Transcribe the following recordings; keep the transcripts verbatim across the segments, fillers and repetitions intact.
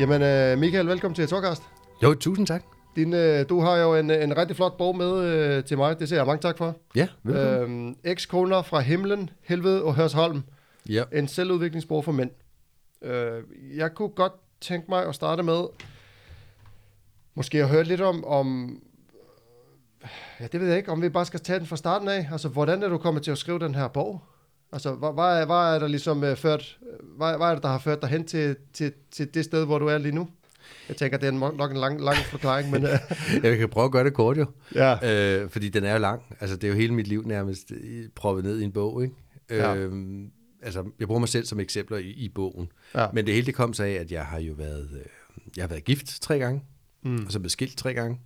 Jamen, øh, Michael, velkommen til Talkcast. Jo, tusind tak. Din, øh, du har jo en, en rigtig flot bog med øh, til mig. Det ser jeg mange tak for. Ja, velkommen. Øhm, Ekskoner fra himlen, helvede og Hørsholm. Ja. En selvudviklingsbog for mænd. Øh, jeg kunne godt tænke mig at starte med, måske at høre lidt om, om ja, det ved jeg ikke, om vi bare skal tage den fra starten af. Altså, hvordan er du kommet til at skrive den her bog? Altså, hvad, hvad, er, hvad er der ligesom uh, ført, hvad, hvad er det, der har ført dig hen til, til, til det sted, hvor du er lige nu? Jeg tænker, det er nok en lang, lang forklaring, men... Uh... Jeg kan prøve at gøre det kort, jo. Ja. Øh, fordi den er jo lang. Altså, det er jo hele mit liv nærmest proppet ned i en bog, ikke? Ja. Øh, altså, jeg bruger mig selv som eksempler i, i bogen. Ja. Men det hele, det kom så af, at jeg har jo været, øh, jeg har været gift tre gange, mm. og så blevet skilt tre gange.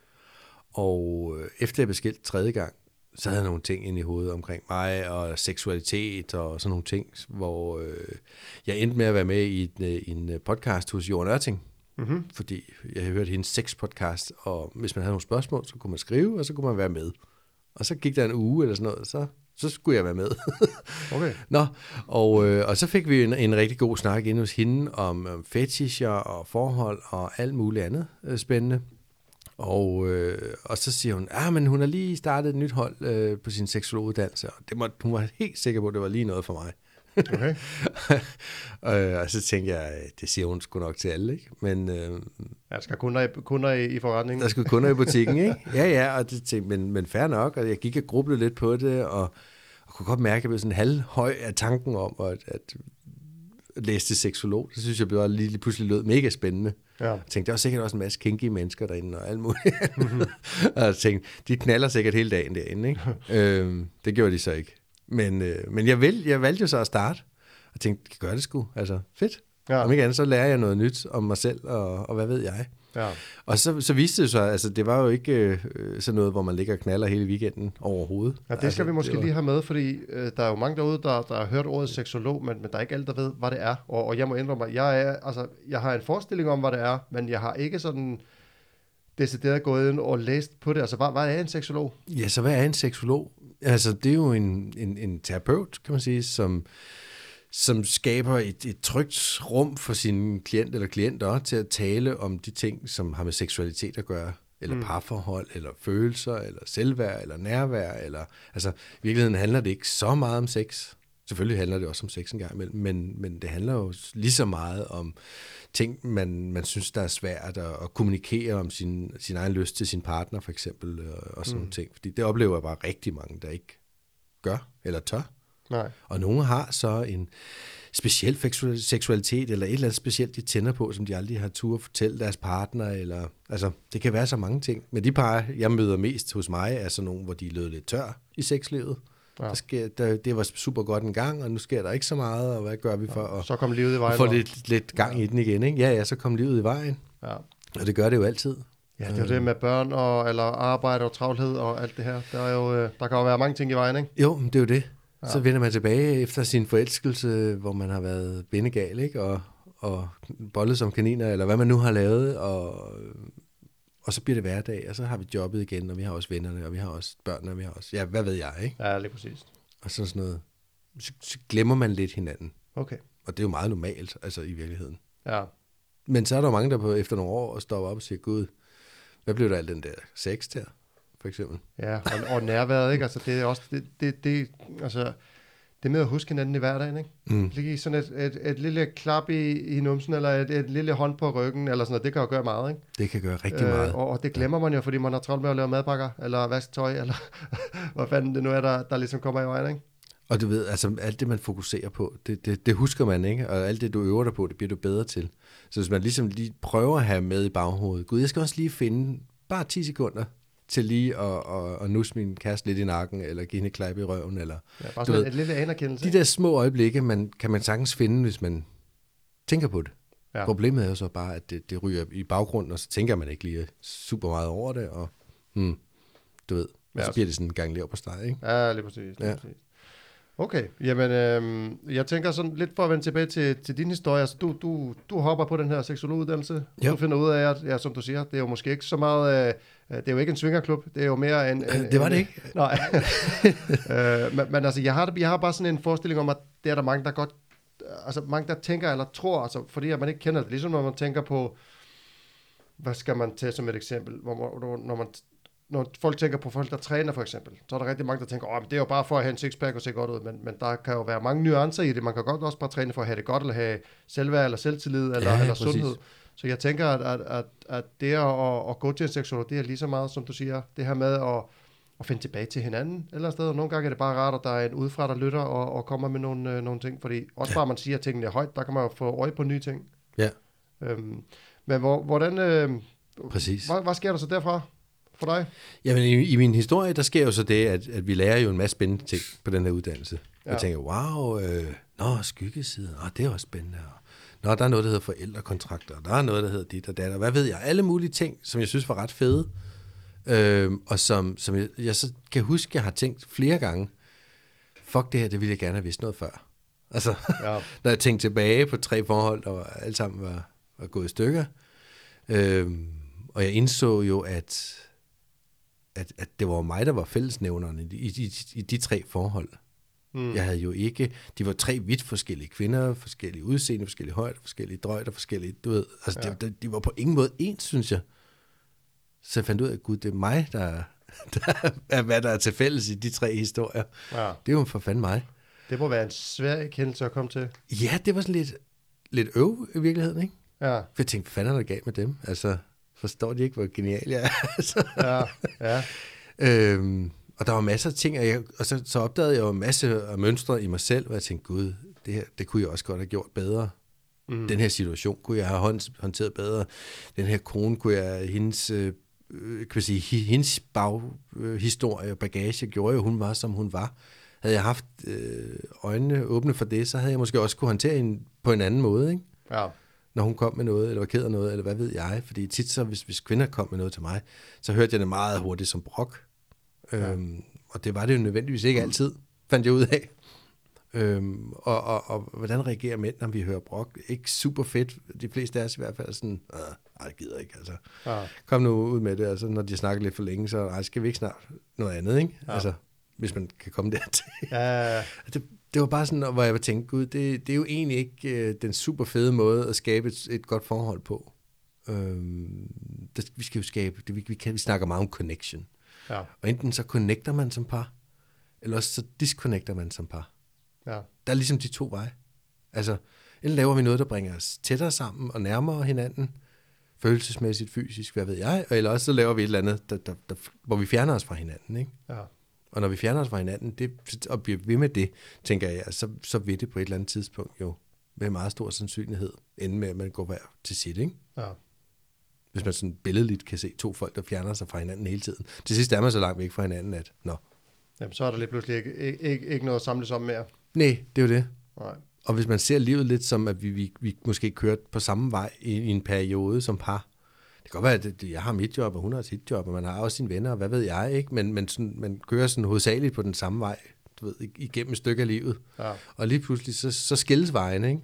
Og øh, efter jeg blev skilt tredje gang, så havde jeg nogle ting inde i hovedet omkring mig, og seksualitet og sådan nogle ting, hvor øh, jeg endte med at være med i en, i en podcast hos Jorden Ørting, mm-hmm. fordi jeg havde hørt hendes sexpodcast, og hvis man havde nogle spørgsmål, så kunne man skrive, og så kunne man være med. Og så gik der en uge eller sådan noget, så, så skulle jeg være med. Okay. Nå, og, øh, og så fik vi en, en rigtig god snak inde hos hende om, om fetischer og forhold og alt muligt andet øh, spændende. Og, øh, og så siger hun, ah, men hun har lige startet et nyt hold øh, på sin seksologuddannelse, og det må, hun var helt sikker på, at det var lige noget for mig. Okay. og, og så tænkte jeg, det siger hun sgu nok til alle, ikke? Men øh, der skal kunder, i, kunder i, i forretningen. Der skulle kunder i butikken, ikke? Ja, ja, og det tænkte, men, men fair nok, og jeg gik og grublede lidt på det, og, og kunne godt mærke, at jeg blev sådan halvhøj af tanken om at, at læse til seksolog. Det synes jeg blev lige, lige pludselig lød mega spændende. Ja. Jeg tænkte, der var sikkert også en masse kinky mennesker derinde og alt muligt. Mm-hmm. og jeg tænkte, de knaller sikkert hele dagen derinde, ikke? øhm, det gjorde de så ikke. Men, øh, men jeg, vil, jeg valgte jo så at starte, og tænkte, det kan gøre det sgu. Altså, fedt. Ja. Om ikke andet, så lærer jeg noget nyt om mig selv, og, og hvad ved jeg. Ja. Og så, så viste det sig, altså det var jo ikke øh, sådan noget, hvor man ligger og knaller hele weekenden overhovedet. Ja, det skal altså, vi måske var... lige have med, fordi øh, der er jo mange derude, der, der har hørt ordet seksolog, men, men der er ikke alle, der ved, hvad det er. Og, og jeg må indrømme, jeg, er, altså, jeg har en forestilling om, hvad det er, men jeg har ikke sådan decideret gået ind og læst på det. Altså, hvad, hvad er en seksolog? Ja, så hvad er en seksolog? Altså, det er jo en, en, en terapeut, kan man sige, som... som skaber et, et trygt rum for sin klient eller klienter til at tale om de ting, som har med seksualitet at gøre, eller mm. parforhold, eller følelser, eller selvværd, eller nærvær, eller, altså, i virkeligheden handler det ikke så meget om sex. Selvfølgelig handler det også om sex en gang imellem, men, men det handler jo lige så meget om ting, man, man synes, der er svært at, at kommunikere om sin, sin egen lyst til sin partner, for eksempel, og, og sådan mm. nogle ting. Fordi det oplever jeg bare rigtig mange, der ikke gør, eller tør. Nej. Og nogle har så en speciel seksualitet, eller et eller andet specielt, de tænder på, som de aldrig har tur at fortælle deres partner, eller, altså, det kan være så mange ting. Men de par, jeg møder mest hos mig, er sådan nogle, hvor de lød lidt tør i sexlivet. Ja. Der sker, der, det var super godt en gang, og nu sker der ikke så meget, og hvad gør vi for ja, at, så kom livet i vejen, at få lidt, lidt gang ja. i den igen, ikke? Ja, ja, så kom livet i vejen. Ja. Og det gør det jo altid. Ja, det er det med børn, og, eller arbejde og travlhed og alt det her. Der, er jo, der kan jo være mange ting i vejen, ikke? Jo, det er jo det. Ja. Så vender man tilbage efter sin forelskelse, hvor man har været bindegal, ikke? Og, og bollet som kaniner, eller hvad man nu har lavet, og, og så bliver det hverdag, og så har vi jobbet igen, og vi har også vennerne, og vi har også børnene, og vi har også, ja, hvad ved jeg, ikke? Ja, lige præcis. Og sådan noget, så, så glemmer man lidt hinanden. Okay. Og det er jo meget normalt, altså i virkeligheden. Ja. Men så er der mange, der på, efter nogle år stopper op og siger, gud, hvad blev der af den der sex der? For eksempel. Ja, og, og nærværet, ikke? Altså, det er også, det, det, det, altså, det med at huske hinanden i hverdagen, ikke? Mm. Lige sådan et, et, et lille klap i, i numsen, eller et, et lille hånd på ryggen, eller sådan noget, det kan jo gøre meget, ikke? Det kan gøre rigtig meget. Øh, og, og det glemmer man jo, fordi man har travlt med at lave madpakker, eller vaske tøj, eller hvad fanden det nu er, der, der ligesom kommer i vejen, ikke? Og du ved, altså alt det, man fokuserer på, det, det, det husker man, ikke? Og alt det, du øver dig på, det bliver du bedre til. Så hvis man ligesom lige prøver at have med i baghovedet, gud, jeg skal også lige finde bare ti sekunder, til lige at, at, at nusse min kæreste lidt i nakken, eller give hende et klap i røven, eller... Ja, bare sådan ved, et lille anerkendelse. De der små øjeblikke, man, kan man sagtens finde, hvis man tænker på det. Ja. Problemet er jo så bare, at det, det ryger i baggrunden, og så tænker man ikke lige super meget over det, og hmm, du ved, og så bliver det sådan en gang lever på steg, ikke? Ja, lige præcis. Lige ja. præcis. Okay, jamen øhm, jeg tænker sådan lidt for at vende tilbage til, til din historie. Altså, du, du, du hopper på den her seksologuddannelse. Ja. Du finder ud af, at ja, som du siger, det er jo måske ikke så meget, øh, det er jo ikke en swingerklub, det er jo mere en... en det var en, det ikke. Nej. øh, men, men altså, jeg har, jeg har bare sådan en forestilling om, at det er der mange, der godt altså mange, der tænker eller tror, altså fordi at man ikke kender det, ligesom når man tænker på, hvad skal man tage som et eksempel, hvor, hvor, når man når folk tænker på folk, der træner for eksempel, så er der rigtig mange, der tænker, åh, men det er jo bare for at have en sixpack og se godt ud, men, men der kan jo være mange nuancer i det. Man kan godt også bare træne for at have det godt, eller have selvværd, eller selvtillid, eller, ja, eller præcis. sundhed. Så jeg tænker, at, at, at, at det at, at gå til en seksolog, det er lige så meget, som du siger, det her med at, at finde tilbage til hinanden, eller sted. Nogle gange er det bare rart, at der er en udefra, der lytter og, og kommer med nogle, øh, nogle ting, fordi også ja. bare man siger, at tingene er højt, der kan man jo få øje på nye ting. Ja. Øhm, men hvor, hvordan, øh, præcis. Hvad, hvad sker der så derfra? For dig? Jamen, i, i min historie, der sker jo så det, at, at vi lærer jo en masse spændende ting på den her uddannelse. Ja. Jeg tænker, wow, øh, nå, skyggesiden, åh, det er også spændende. Nå, der er noget, der hedder forældrekontrakter, der er noget, der hedder dit og dat, og hvad ved jeg, alle mulige ting, som jeg synes var ret fede, øh, og som, som jeg, jeg så kan huske, jeg har tænkt flere gange, fuck det her, det ville jeg gerne have vidst noget før. Altså, ja. Når jeg tænkte tilbage på tre forhold, der var, alle sammen var, var gået i stykker, øh, og jeg indså jo, at At, at det var mig, der var fællesnævnerne i, i, i, i de tre forhold. Mm. Jeg havde jo ikke... De var tre vidt forskellige kvinder, forskellige udseende, forskellige højder, forskellige drøjder, forskellige... Du ved, altså ja. de, de var på ingen måde ens, synes jeg. Så jeg fandt ud af, at gud, det er mig, der, der er, hvad der er til fælles i de tre historier. Ja. Det er jo for fanden mig. Det må være en svær erkendelse at komme til. Ja, det var sådan lidt, lidt øv i virkeligheden, ikke? Ja. For jeg tænkte, hvad fanden er der galt med dem? Altså... Forstår de ikke, hvor genial jeg er? Altså. Ja, ja. øhm, og der var masser af ting, og, jeg, og så, så opdagede jeg jo en masse af mønstre i mig selv, og jeg tænkte, gud, det her, det kunne jeg også godt have gjort bedre. Mm. Den her situation kunne jeg have håndteret bedre. Den her kone kunne jeg, hendes, øh, kan man sige, hendes baghistorie og bagage gjorde jo, hun var, som hun var. Havde jeg haft øh, øjnene åbne for det, så havde jeg måske også kunne håndtere hende på en anden måde, ikke? Ja. Når hun kom med noget, eller var ked af noget, eller hvad ved jeg. Fordi tit så, hvis, hvis kvinder kom med noget til mig, så hørte jeg det meget hurtigt som brok. Ja. Øhm, og det var det jo nødvendigvis ikke altid, fandt jeg ud af. Øhm, og, og, og hvordan reagerer mænd, når vi hører brok? Ikke super fedt. De fleste af os i hvert fald er sådan, nej, jeg gider ikke, altså. Ja. Kom nu ud med det, altså, når de snakker lidt for længe, så nej, skal vi ikke snart noget andet, ikke? Ja. Altså, hvis man kan komme dertil. Ja. det, det var bare sådan, hvor jeg tænkte, gud, det, det er jo egentlig ikke øh, den super fede måde at skabe et, et godt forhold på. Øhm, det, vi skal jo skabe, det, vi, vi, kan, vi snakker meget om connection. Ja. Og enten så connecter man som par, eller også så disconnecter man som par. Ja. Der er ligesom de to veje. Altså, enten laver vi noget, der bringer os tættere sammen og nærmere hinanden, følelsesmæssigt, fysisk, hvad ved jeg, eller også så laver vi et eller andet, der, der, der, hvor vi fjerner os fra hinanden, ikke? Ja. Og når vi fjerner os fra hinanden, det, og bliver ved med det, tænker jeg, så, så vil det på et eller andet tidspunkt jo med meget stor sandsynlighed ende med, at man går hver til sit, ikke? Ja. Hvis man sådan billedligt kan se to folk, der fjerner sig fra hinanden hele tiden. Til sidst er man så langt væk fra hinanden, at nå. Jamen, så er der lige pludselig ikke, ikke, ikke, ikke noget at samles om mere. Nej, det er jo det. Nej. Og hvis man ser livet lidt som, at vi, vi, vi måske kørte på samme vej i, i en periode som par. Det kan godt være, at jeg har mit job, og hun har sit job, og man har også sine venner, og hvad ved jeg, ikke? Men, men sådan, man kører sådan hovedsageligt på den samme vej, du ved, igennem et stykke af livet. Ja. Og lige pludselig, så, så skilles vejen, ikke?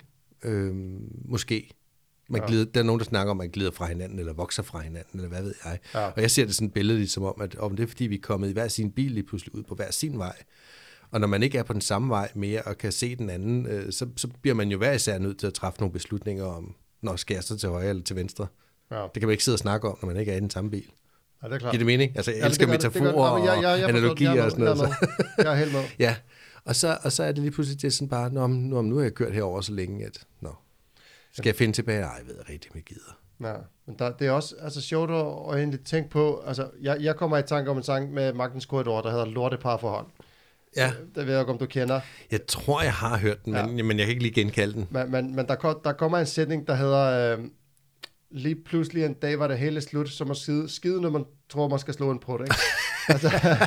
Øhm, måske. Man glider, ja. Der er nogen, der snakker om, at man glider fra hinanden, eller vokser fra hinanden, eller hvad ved jeg. Ja. Og jeg ser det sådan billedligt som om, at om det er, fordi vi er kommet i hver sin bil lige pludselig ud på hver sin vej. Og når man ikke er på den samme vej mere, og kan se den anden, øh, så, så bliver man jo hver især nødt til at træffe nogle beslutninger om, når skal jeg så til højre eller til venstre. Ja. Det kan man ikke sidde og snakke om, når man ikke er i den samme bil. Ja, det er klart. Giver det mening? Altså, jeg ja, elsker metaforer og ja, ja, analogier og sådan noget. Jeg er, jeg er helt med. Ja, og så, og så er det lige pludselig det sådan bare, nå, nu, nu har jeg kørt herover så længe, at nå, skal jeg finde tilbage? Nej, jeg ved rigtig, om jeg gider. Ja, men der, det er også altså, sjovt at, at egentlig tænke på, altså, jeg, jeg kommer i tanke om en sang med Magtens Korridor, der hedder Lorteparforhold. Ja. Det ved jeg ikke, om du kender. Jeg tror, jeg har hørt den, ja. men, men jeg kan ikke lige genkalde den. Men, men, men der, der kommer en sætning, der hedder, øh, lige pludselig en dag var det hele slut, som at skide, skide når man tror, man skal slå en prut, ikke? altså,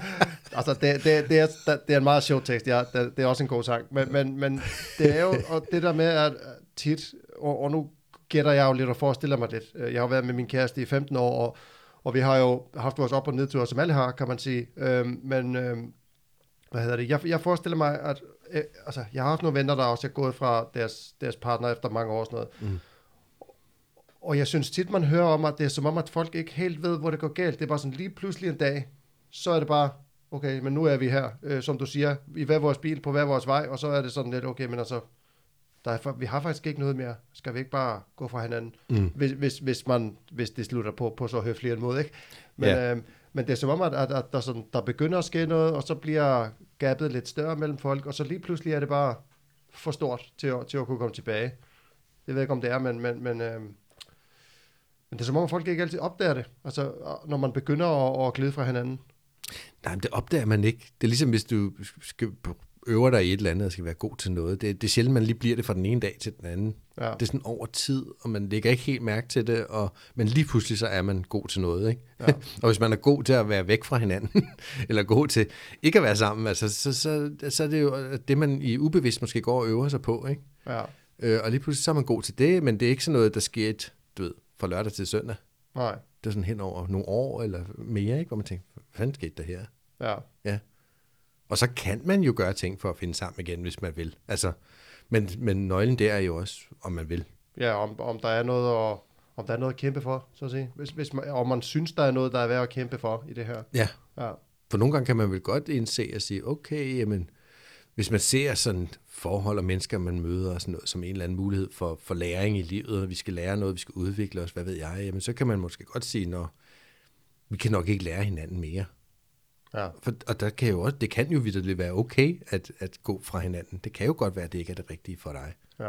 altså det, det, det, er, det er en meget sjov tekst, ja, det, det er også en god sang. Men, men, men det er jo og det der med, at tit, og, og nu gætter jeg jo lidt og forestiller mig lidt. Jeg har været med min kæreste i femten år, og, og vi har jo haft vores op- og nedture, som alle har, kan man sige. Øhm, men, øhm, hvad hedder det? Jeg, jeg forestiller mig, at øh, altså, jeg har haft nogle venner, der også er gået fra deres, deres partner efter mange år og sådan noget. Mm. Og jeg synes tit, man hører om, at det er som om, at folk ikke helt ved, hvor det går galt. Det er bare sådan lige pludselig en dag, så er det bare, okay, men nu er vi her, øh, som du siger, i hver vores bil, på hver vores vej, og så er det sådan lidt, okay, men altså, der er, vi har faktisk ikke noget mere. Skal vi ikke bare gå fra hinanden? Mm. Hvis, hvis, hvis, man, hvis det slutter på, på så høflig en måde, ikke? Men, Ja. øh, men det er som om, at, at, at der, sådan, der begynder at ske noget, og så bliver gabet lidt større mellem folk, og så lige pludselig er det bare for stort til at, til at kunne komme tilbage. Jeg ved ikke, om det er, men, men, men, øh, men det er som om, at folk ikke altid opdager det, altså, når man begynder at, at glide fra hinanden. Nej, men det opdager man ikke. Det er ligesom, hvis du skal øver dig i et eller andet og skal være god til noget. Det, det er sjældent, man lige bliver det fra den ene dag til den anden. Ja. Det er sådan over tid, og man lægger ikke helt mærke til det, og, men lige pludselig så er man god til noget. Ikke? Ja. Og hvis man er god til at være væk fra hinanden, eller god til ikke at være sammen, altså, så, så, så er det jo det, man i ubevidst måske går og øver sig på. Ikke? Ja. Øh, og lige pludselig så er man god til det, men det er ikke sådan noget, der sker et, du ved, fra lørdag til søndag. Nej. Det er sådan hen over nogle år eller mere, ikke? Hvor man tænker, hvad fanden skete der her? Ja. Ja. Og så kan man jo gøre ting for at finde sammen igen, hvis man vil. Altså, men, men nøglen der er jo også, om man vil. Ja, om, om der er noget at, om der er noget at kæmpe for, så at sige. Hvis, hvis man, om man synes, der er noget, der er værd at kæmpe for i det her. Ja. Ja. For nogle gange kan man vel godt indse og sige, okay, jamen, hvis man ser sådan forhold og mennesker, man møder og sådan noget, som en eller anden mulighed for, for læring i livet, vi skal lære noget, vi skal udvikle os, hvad ved jeg, jamen så kan man måske godt sige, når vi kan nok ikke lære hinanden mere. Ja. For, og der kan jo også, det kan jo vitterligt være okay at, at gå fra hinanden. Det kan jo godt være, at det ikke er det rigtige for dig. Ja.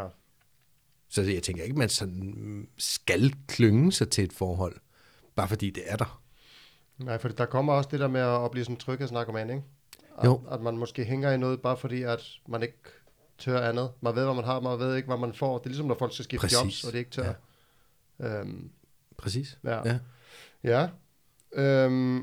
Så jeg tænker ikke, man sådan skal klynge sig til et forhold, bare fordi det er der. Nej, for der kommer også det der med at blive sådan en tryghedsnarkoman, ikke? At, Jo. at man måske hænger i noget, bare fordi at man ikke tør andet. Man ved, hvad man har, man ved ikke, hvad man får. Det er ligesom, når folk skal skifte Præcis. jobs, og det ikke tør. Ja. Øhm, Præcis. ja. Ja. Ja. Øhm,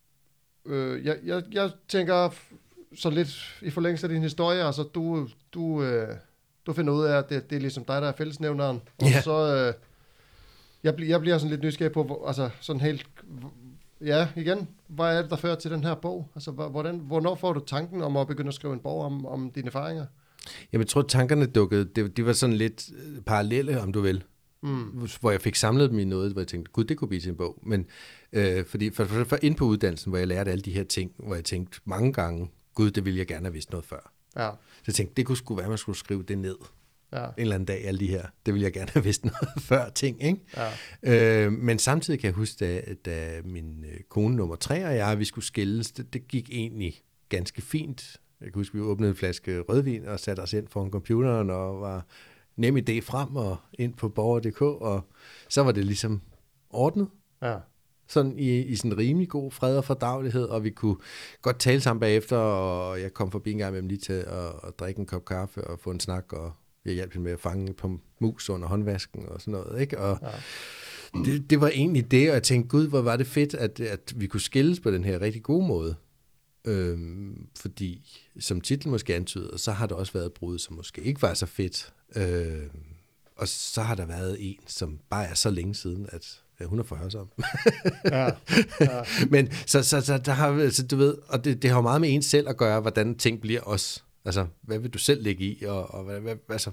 øh, jeg, jeg, jeg tænker f- så lidt i forlængelse af din historie, altså du, du, øh, du finder ud af, at det, det er ligesom dig, der er fællesnævneren. Og Ja. så, øh, jeg, bl- jeg bliver sådan lidt nysgerrig på, hvor, altså sådan helt, ja, igen, hvad er det, der fører til den her bog? Altså, hva- hvordan, hvornår får du tanken om at begynde at skrive en bog om, om dine erfaringer? Jamen, jeg tror, tankerne dukkede, det, de var sådan lidt øh, parallelle, om du vil. Mm. Hvor jeg fik samlet dem i noget, hvor jeg tænkte, gud, det kunne blive til en bog. Men øh, fordi for, for, for ind på uddannelsen, hvor jeg lærte alle de her ting, hvor jeg tænkte mange gange, gud, det ville jeg gerne have vidst noget før. Ja, Så jeg tænkte, det kunne sgu være, man skulle skrive det ned. ja, En eller anden dag, alle de her. Det ville jeg gerne have vidst noget før ting, ikke? ja, Øh, men samtidig kan jeg huske, da, da min øh, kone nummer tre og jeg, vi skulle skilles, det, det gik egentlig ganske fint. Jeg kan huske, vi åbnede en flaske rødvin og satte os ind foran computeren og var nem idé frem og ind på borger punktum d k, og så var det ligesom ordnet. ja, Sådan i, i sådan rimelig god fred og fordragelighed, og vi kunne godt tale sammen bagefter, og jeg kom forbi en gang med dem lige til at, at drikke en kop kaffe og få en snak, og jeg hjalp hende med at fange på mus under håndvasken og sådan noget, ikke? Og ja. det, det var egentlig det, og jeg tænkte, gud, hvor var det fedt, at, at vi kunne skilles på den her rigtig gode måde. Øhm, fordi, som titlen måske antyder, så har der også været et brud, som måske ikke var så fedt. Øhm, og så har der været en, som bare er så længe siden, at ja, hun er forhørsom. Ja, ja. Men så, så, så der har, altså, du ved, og det, det har jo meget med en selv at gøre, hvordan ting bliver også. Altså, hvad vil du selv lægge i, og, og hvad, hvad, altså,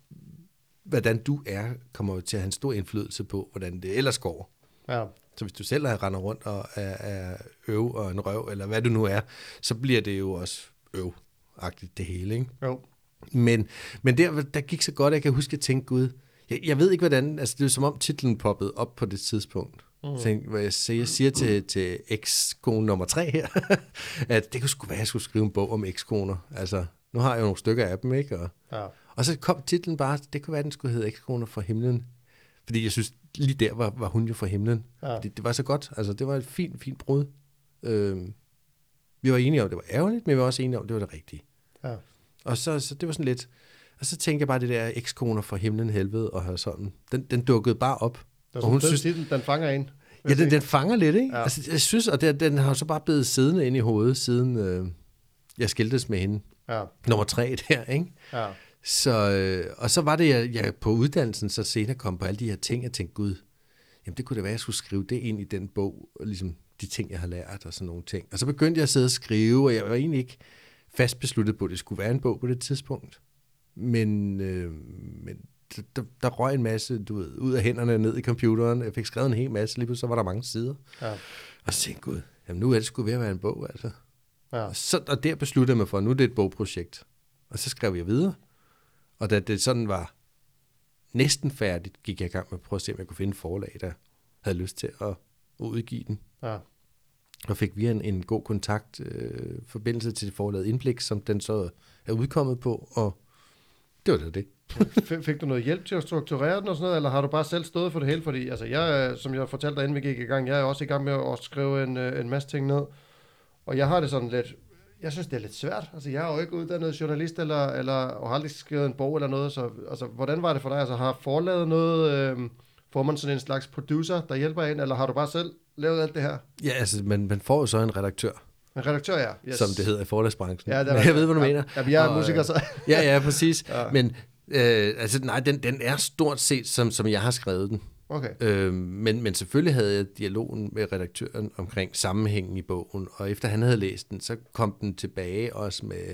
hvordan du er, kommer jo til at have en stor indflydelse på, hvordan det ellers går. Ja, Så hvis du selv er render rundt og er, er øv og en røv, eller hvad du nu er, så bliver det jo også øv-agtigt det hele, ikke? jo, Men, men der, der gik så godt, at jeg kan huske at tænke, gud, jeg, jeg ved ikke hvordan, altså det er som om titlen poppede op på det tidspunkt. Mm. Tænk, hvor jeg siger, jeg siger til, til ekskone nummer tre her, at det kunne sgu være, at jeg skulle skrive en bog om ekskoner. Altså, nu har jeg jo nogle stykker af dem, ikke? Og, ja, og så kom titlen bare, det kunne være, at den skulle hedde Ekskoner fra himlen. Fordi jeg synes, lige der var, var hun jo fra himlen. Ja. Fordi det var så godt. Altså, det var et fint, fint brud. Øhm, vi var enige om, det var ærgerligt, men vi var også enige om, det var det rigtige. ja, Og så, så det var sådan lidt... Og så tænkte jeg bare, det der ekskoner fra himlen, helvede og sådan. Den, den dukkede bare op. det er Og hun sådan, synes- synes, den fanger en. Ja, den, den fanger lidt, ikke? Ja. Ja. Altså, jeg synes, og det, den har jo så bare blevet siddende inde i hovedet, siden øh, jeg skiltes med hende. Ja, Nummer tre der, ikke? ja, Så, øh, og så var det, jeg, jeg på uddannelsen så senere kom på alle de her ting, jeg tænkte, gud, jamen det kunne da være, at jeg skulle skrive det ind i den bog, og ligesom de ting, jeg har lært og sådan nogle ting. Og så begyndte jeg at sidde og skrive, og jeg var egentlig ikke fast besluttet på, at det skulle være en bog på det tidspunkt. Men, øh, men der, der røg en masse, du ved, ud af hænderne ned i computeren. Jeg fik skrevet en hel masse, lige pludselig så var der mange sider. ja, Og så tænkte jeg, gud, jamen nu er det sgu ved at være en bog, altså. ja, Og, så, og der besluttede jeg mig for, at nu er det et bogprojekt. Og så skrev jeg videre. Og da det sådan var næsten færdigt, gik jeg i gang med at prøve at se, om jeg kunne finde en forlag, der havde lyst til at udgive den. Ja. Og fik via en, en god kontakt øh, forbindelse til forlaget Indblik, som den så er udkommet på, og det var det. det. Fik du noget hjælp til at strukturere den og sådan noget, eller har du bare selv stået for det hele? Fordi altså, jeg, som jeg fortalte dig, inden vi gik i gang, jeg er også i gang med at skrive en, en masse ting ned, og jeg har det sådan lidt, jeg synes, det er lidt svært. Altså, jeg er jo ikke uddannet journalist, eller, eller og har aldrig skrevet en bog eller noget, så altså, hvordan var det for dig? Altså, har forlaget noget, øh, får man sådan en slags producer, der hjælper en, eller har du bare selv lavet alt det her? Ja, altså, man, man får jo så en redaktør. En redaktør, ja. Yes. Som det hedder i forlagsbranchen. Ja, det er jeg ved, hvad du ja. mener. Ja, jeg er musiker, så. ja, ja, præcis. Ja. Men øh, altså, nej, den, den er stort set, som, som jeg har skrevet den. Okay. Øh, men, men selvfølgelig havde jeg dialogen med redaktøren omkring sammenhængen i bogen, og efter han havde læst den, så kom den tilbage også med,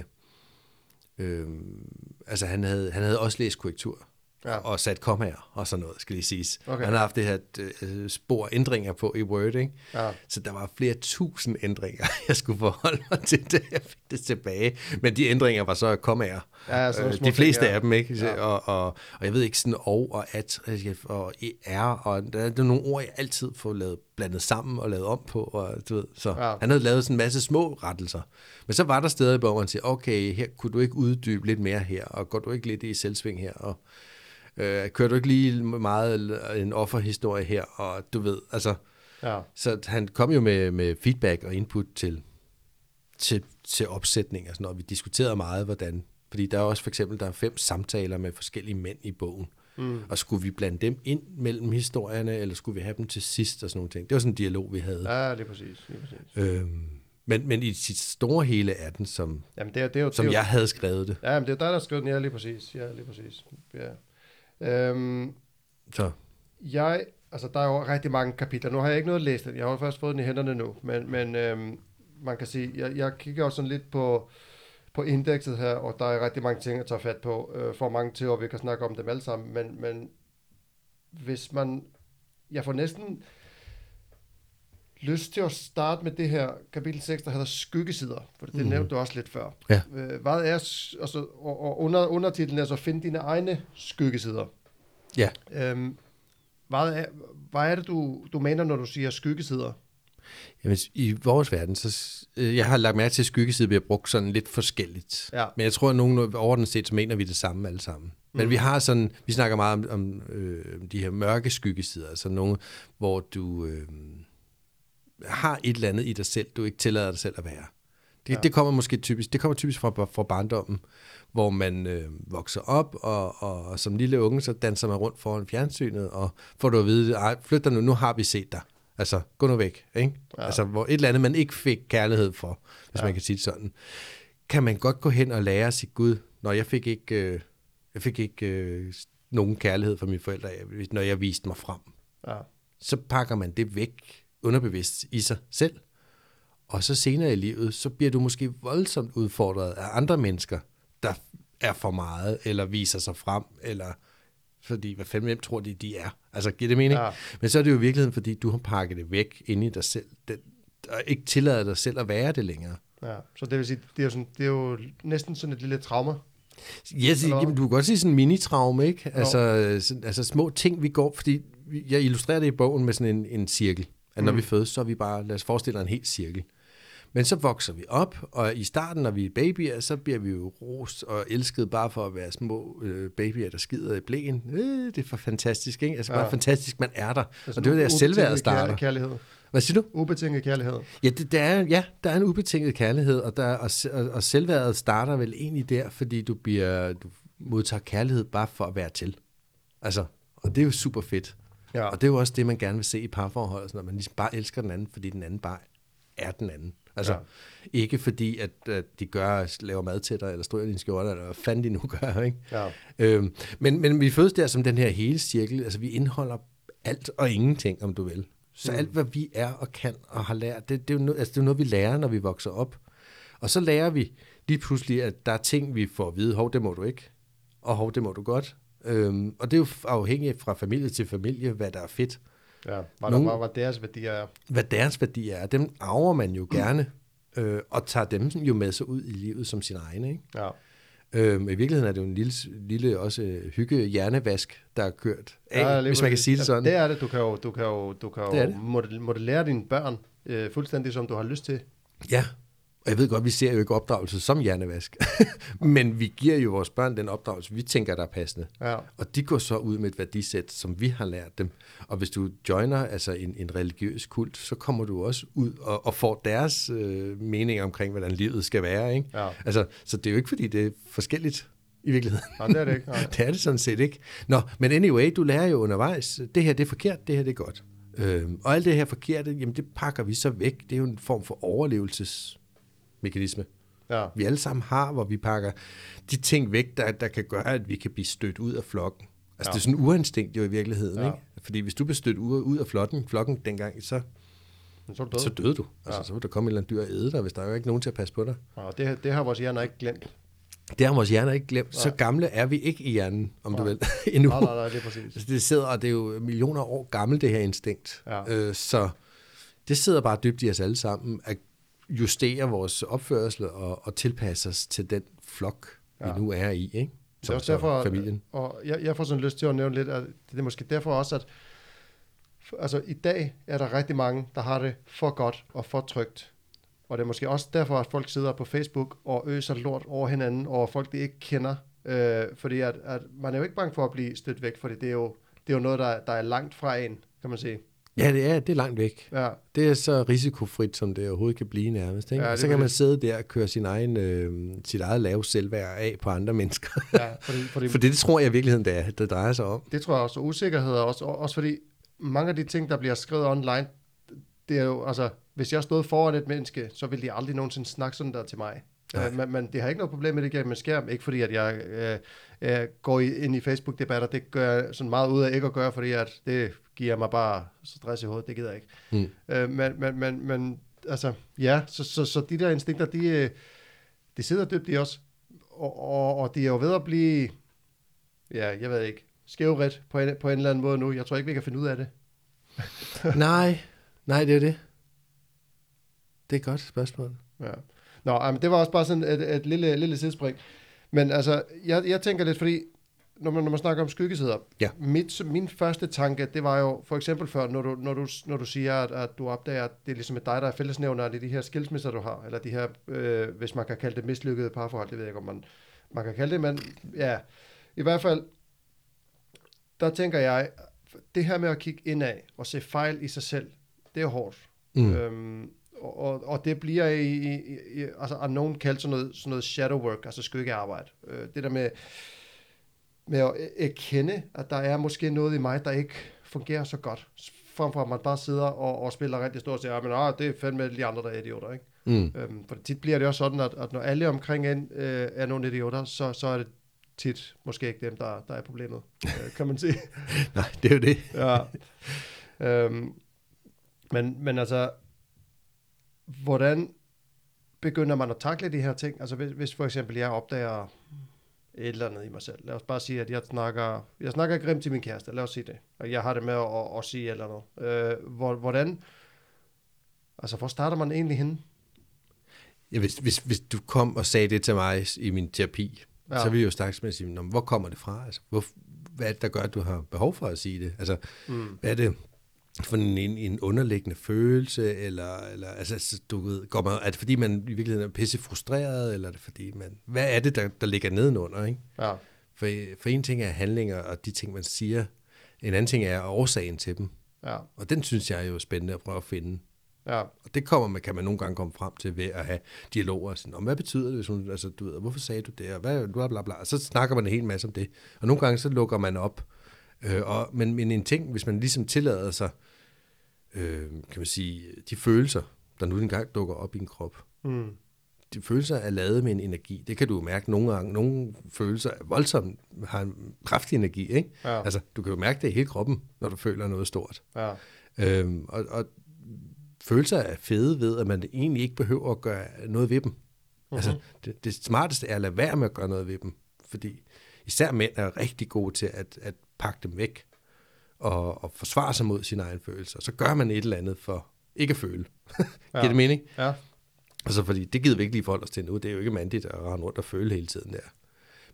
øh, altså han havde, han havde også læst korrektur, ja. og sat kommaer og sådan noget, skal lige siges. Okay. Han har haft det her øh, spor ændringer på i Word, ikke? Ja. Så der var flere tusind ændringer, jeg skulle forholde mig til, da jeg fik det tilbage. Men de ændringer var så kommaer. Ja, så øh, de fleste ting, ja. af dem, ikke? Ja. Og, og, og jeg ved ikke, sådan og og at og er, og der er nogle ord, jeg altid får lavet, blandet sammen og lavet om på, og du ved, så ja. Han havde lavet sådan en masse små rettelser. Men så var der steder i bogen, hvor han siger, okay, her kunne du ikke uddybe lidt mere her, og går du ikke lidt i selvsving her, og Øh, kører du ikke lige meget en offerhistorie her, og du ved, altså, ja. Så han kom jo med, med feedback og input til, til, til opsætning og sådan noget. Vi diskuterede meget, hvordan, fordi der er også for eksempel, der er fem samtaler med forskellige mænd i bogen, mm. og skulle vi blande dem ind mellem historierne, eller skulle vi have dem til sidst og sådan nogle ting. Det var sådan en dialog, vi havde. Ja, det er præcis. Det er præcis. Øhm, men, men i sit store hele er den, som, Jamen, det er, det er jo, som det er jo, jeg havde skrevet det. Ja, men det er dig, der har skrevet den, ja, lige præcis. Ja, lige præcis. Ja. Øhm, så. Jeg, altså der er jo rigtig mange kapitler. Nu har jeg ikke noget læst den. Jeg har først fået den i hænderne nu. Men, men øhm, man kan sige, jeg, jeg kigger også sådan lidt på, på indekset her, og der er rigtig mange ting at tage fat på. Øh, for mange til, og vi kan snakke om dem alle sammen. Men, men hvis man, jeg får næsten lyst til at starte med det her kapitel seks, der hedder Skyggesider, for det mm. nævnte du også lidt før. Ja. Hvad er, altså, og, og under, undertitlen er så, find dine egne skyggesider. Ja. Øhm, hvad, er, hvad er det, du, du mener, når du siger skyggesider? Jamen, i vores verden, så øh, jeg har lagt mærke til, at skyggesider bliver brugt sådan lidt forskelligt. Ja. Men jeg tror, at nogen overordnet set, så mener vi det samme alle sammen. Men mm. vi har sådan, vi snakker meget om, om øh, de her mørke skyggesider, altså nogle, hvor du øh, har et eller andet i dig selv, du ikke tillader dig selv at være. Det, ja. det kommer måske typisk, det kommer typisk fra, fra barndommen, hvor man øh, vokser op, og, og, og som lille unge, så danser man rundt foran fjernsynet, og får du at vide, flyt dig nu, nu har vi set dig. Altså, gå nu væk, ikke? Ja. Altså, hvor et eller andet, man ikke fik kærlighed for, hvis ja. man kan sige det sådan. Kan man godt gå hen og lære sig, Gud, når jeg fik ikke, øh, jeg fik ikke øh, nogen kærlighed fra mine forældre, når jeg viste mig frem. Ja. Så pakker man det væk, underbevidst i sig selv. Og så senere i livet, så bliver du måske voldsomt udfordret af andre mennesker, der er for meget, eller viser sig frem, eller fordi, hvad fanden hvem tror de, de er? Altså, giver det mening? Ja. Men så er det jo i virkeligheden, fordi du har pakket det væk inde i dig selv, det, og ikke tillader dig selv at være det længere. Ja, så det vil sige, det er jo, sådan, det er jo næsten sådan et lille traume. Yes, jamen, du kan godt sige sådan en mini-traume, ikke? Altså, sådan, altså små ting, vi går, fordi jeg illustrerer det i bogen med sådan en, en cirkel. At når mm. vi fødes, så er vi bare, lad os forestille en hel cirkel. Men så vokser vi op, og i starten, når vi er babyer, så bliver vi jo rost og elsket bare for at være små øh, babyer, der skider i blæen. Øh, det er for fantastisk, ikke? Altså, ja. Bare fantastisk, man er der. Og det er der selvværd starter. Kærlighed. Hvad siger du? Ubetinget kærlighed. Ja, det, der er, ja, der er en ubetinget kærlighed, og, der, og, og, og selvværdet starter vel egentlig der, fordi du, bliver, du modtager kærlighed bare for at være til. Altså, og det er jo super fedt. Ja. Og det er jo også det, man gerne vil se i parforhold, når man ligesom bare elsker den anden, fordi den anden bare er den anden. Altså, ja. Ikke fordi, at, at de gør, laver mad til dig, eller stryger din skjorte, eller hvad fanden de nu gør, ikke? Ja. Øhm, men, men vi fødes der som den her hele cirkel, altså vi indeholder alt og ingenting, om du vil. Så mm. alt, hvad vi er og kan og har lært, det, det, er jo noget, altså, det er jo noget, vi lærer, når vi vokser op. Og så lærer vi lige pludselig, at der er ting, vi får at vide, hov, det må du ikke, og hov, det må du godt. Øhm, og det er jo afhængigt fra familie til familie, hvad der er fedt. Ja, hvad, Nogle, der, hvad deres værdier er. Hvad deres værdier er, dem arver man jo gerne, øh, og tager dem jo med sig ud i livet som sin egen, ikke? Ja. Øh, I virkeligheden er det jo en lille, lille også hygge hjernevask, der er kørt af, Ja, hvis man kan sige det sådan. Ja, det er det. Du kan jo, du kan jo, du kan jo modellere, modellere dine børn øh, fuldstændig, som du har lyst til. Ja, og jeg ved godt, vi ser jo ikke opdragelse som hjernevask, men vi giver jo vores børn den opdragelse, vi tænker, der er passende. Ja. Og de går så ud med et værdisæt, som vi har lært dem. Og hvis du joiner altså en, en religiøs kult, så kommer du også ud og, og får deres øh, mening omkring, hvordan livet skal være. Ikke? Ja. Altså, så det er jo ikke, fordi det er forskelligt i virkeligheden. Nej, det er det ikke. Nej. Det er det sådan set ikke. Nå, men anyway, du lærer jo undervejs, det her det er forkert, det her det er godt. Øhm, og alt det her forkerte, jamen det pakker vi så væk. Det er jo en form for overlevelsesmekanisme. Ja. Vi alle sammen har, hvor vi pakker de ting væk, der, der kan gøre, at vi kan blive stødt ud af flokken. Altså ja. Det er sådan en urinstinkt jo i virkeligheden, ja. Ikke? Fordi hvis du blev stødt ud, ud af flokken, flokken dengang, så, så, døde. så døde du. Altså, ja. Så ville der komme et eller andet dyr og æde dig, hvis der er jo ikke nogen til at passe på dig. Ja, det, det har vores hjerner ikke glemt. Det har vores hjerner ikke glemt. Nej. Så gamle er vi ikke i hjernen, om nej. Du vil, endnu. Nej, nej, nej, det er præcis. Altså, det sidder, og det er jo millioner år gammelt, det her instinkt. Ja. Øh, så det sidder bare dybt i os alle sammen, at justere vores opførsel og, og tilpasse os til den flok, ja. Vi nu er i, ikke? Som, det er også derfor, familien. Og jeg, jeg får sådan lyst til at nævne lidt, at det er måske derfor også, at altså, i dag er der rigtig mange, der har det for godt og for trygt. Og det er måske også derfor, at folk sidder på Facebook og øser lort over hinanden, over folk, de ikke kender. Øh, fordi at, at man er jo ikke bange for at blive stødt væk, fordi det er jo, det er jo noget, der, der er langt fra en, kan man sige. Ja, det er, det er langt væk. Ja. Det er så risikofrit, som det overhovedet kan blive nærmest. Ikke? Ja, så kan man sidde der og køre sin egen, øh, sit eget lave selvværd af på andre mennesker. Ja, fordi, fordi, for det, det tror jeg i virkeligheden, det, er, det drejer sig om. Det tror jeg også. Usikkerhed også, også fordi mange af de ting, der bliver skrevet online, det er jo, altså, hvis jeg stod foran et menneske, så ville de aldrig nogensinde snakke sådan der til mig. Uh, men, men det har ikke noget problem med det gennem en skærm. Ikke fordi, at jeg uh, uh, går ind i Facebook-debatter. Det gør jeg sådan meget ud af ikke at gøre, fordi at det giver mig bare stress i hovedet. Det gider jeg ikke. Mm. Uh, men, men, men, men altså, ja, så, så, så de der instinkter, de, de sidder dybt i os. Og, og, og de er jo ved at blive, ja, jeg ved ikke, skævret på en, på en eller anden måde nu. Jeg tror ikke, vi kan finde ud af det. Nej, nej, det er det. Det er et godt spørgsmål. Ja. Nå, men det var også bare sådan et, et lille, lille sidespring. Men altså, jeg, jeg tænker lidt, fordi når man, når man snakker om skyggesider, ja. mit, min første tanke, det var jo for eksempel før, når du, når du, når du siger, at, at du opdager, at det er ligesom dig, der er fællesnævner, det er de her skilsmisser, du har, eller de her, øh, hvis man kan kalde det mislykkede parforhold, det ved jeg ikke, om man, man kan kalde det, men ja, i hvert fald, der tænker jeg, det her med at kigge indad og se fejl i sig selv, det er hårdt. Mm. Øhm, Og, og det bliver i, i, i altså af nogen kaldt sådan noget, sådan noget shadow work, altså skyggearbejde. Øh, det der med, med at erkende, at der er måske noget i mig, der ikke fungerer så godt. Frem for at man bare sidder og, og spiller rigtig stort og siger, men ah, det er fandme de andre, der er idioter, ikke? Mm. Øhm, for tit bliver det også sådan, at, at når alle omkring en øh, er nogle idioter, så, så er det tit måske ikke dem, der, der er problemet, øh, kan man sige. Nej, det er jo det. Ja. Øhm, men, men altså, hvordan begynder man at takle de her ting? Altså hvis, hvis for eksempel jeg opdager et eller andet i mig selv. Lad os bare sige, at jeg snakker, jeg snakker grimt til min kæreste. Lad os sige det. Og jeg har det med at, at, at sige et eller andet. Øh, hvordan, altså hvor starter man egentlig henne? Ja, hvis, hvis, hvis du kom og sagde det til mig i min terapi, ja. Så vil jeg jo snakke med at sige, hvor kommer det fra? Altså, hvor, hvad er det, der gør, at du har behov for at sige det? Altså, mm. hvad er det for en, en underliggende følelse, eller, eller altså, du ved, går man, er det fordi, man i virkeligheden er pisse frustreret, eller er det fordi, man, hvad er det, der, der ligger nedenunder, ikke? Ja. For, for en ting er handlinger, og de ting, man siger, en anden ting er årsagen til dem. Ja. Og den synes jeg er jo spændende at prøve at finde. Ja. Og det kommer man, kan man nogle gange komme frem til ved at have dialoger, sådan, om hvad betyder det, sådan, altså, du ved, hvorfor sagde du det, og hvad, bla, bla, bla. Og så snakker man en hel masse om det. Og nogle gange, så lukker man op. Øh, og, men, men en ting, hvis man ligesom tillader sig, øh, kan man sige, de følelser, der nu engang dukker op i en krop, mm. de følelser er lavet med en energi. Det kan du mærke nogle gange. Nogle følelser er voldsomt, har en kraftig energi, ikke? Ja. Altså, du kan jo mærke det i hele kroppen, når du føler noget stort. Ja. Øhm, og, og følelser er fede ved, at man egentlig ikke behøver at gøre noget ved dem. Uh-huh. Altså, det, det smarteste er at lade være med at gøre noget ved dem, fordi især mænd er rigtig gode til at, at pakke dem væk og, og forsvare sig mod sine egne følelser. Så gør man et eller andet for ikke at føle. Giver det mening? Ja. Altså, fordi det gider vi ikke lige forholde os til nu. Det er jo ikke mandigt at rende rundt og føle hele tiden der.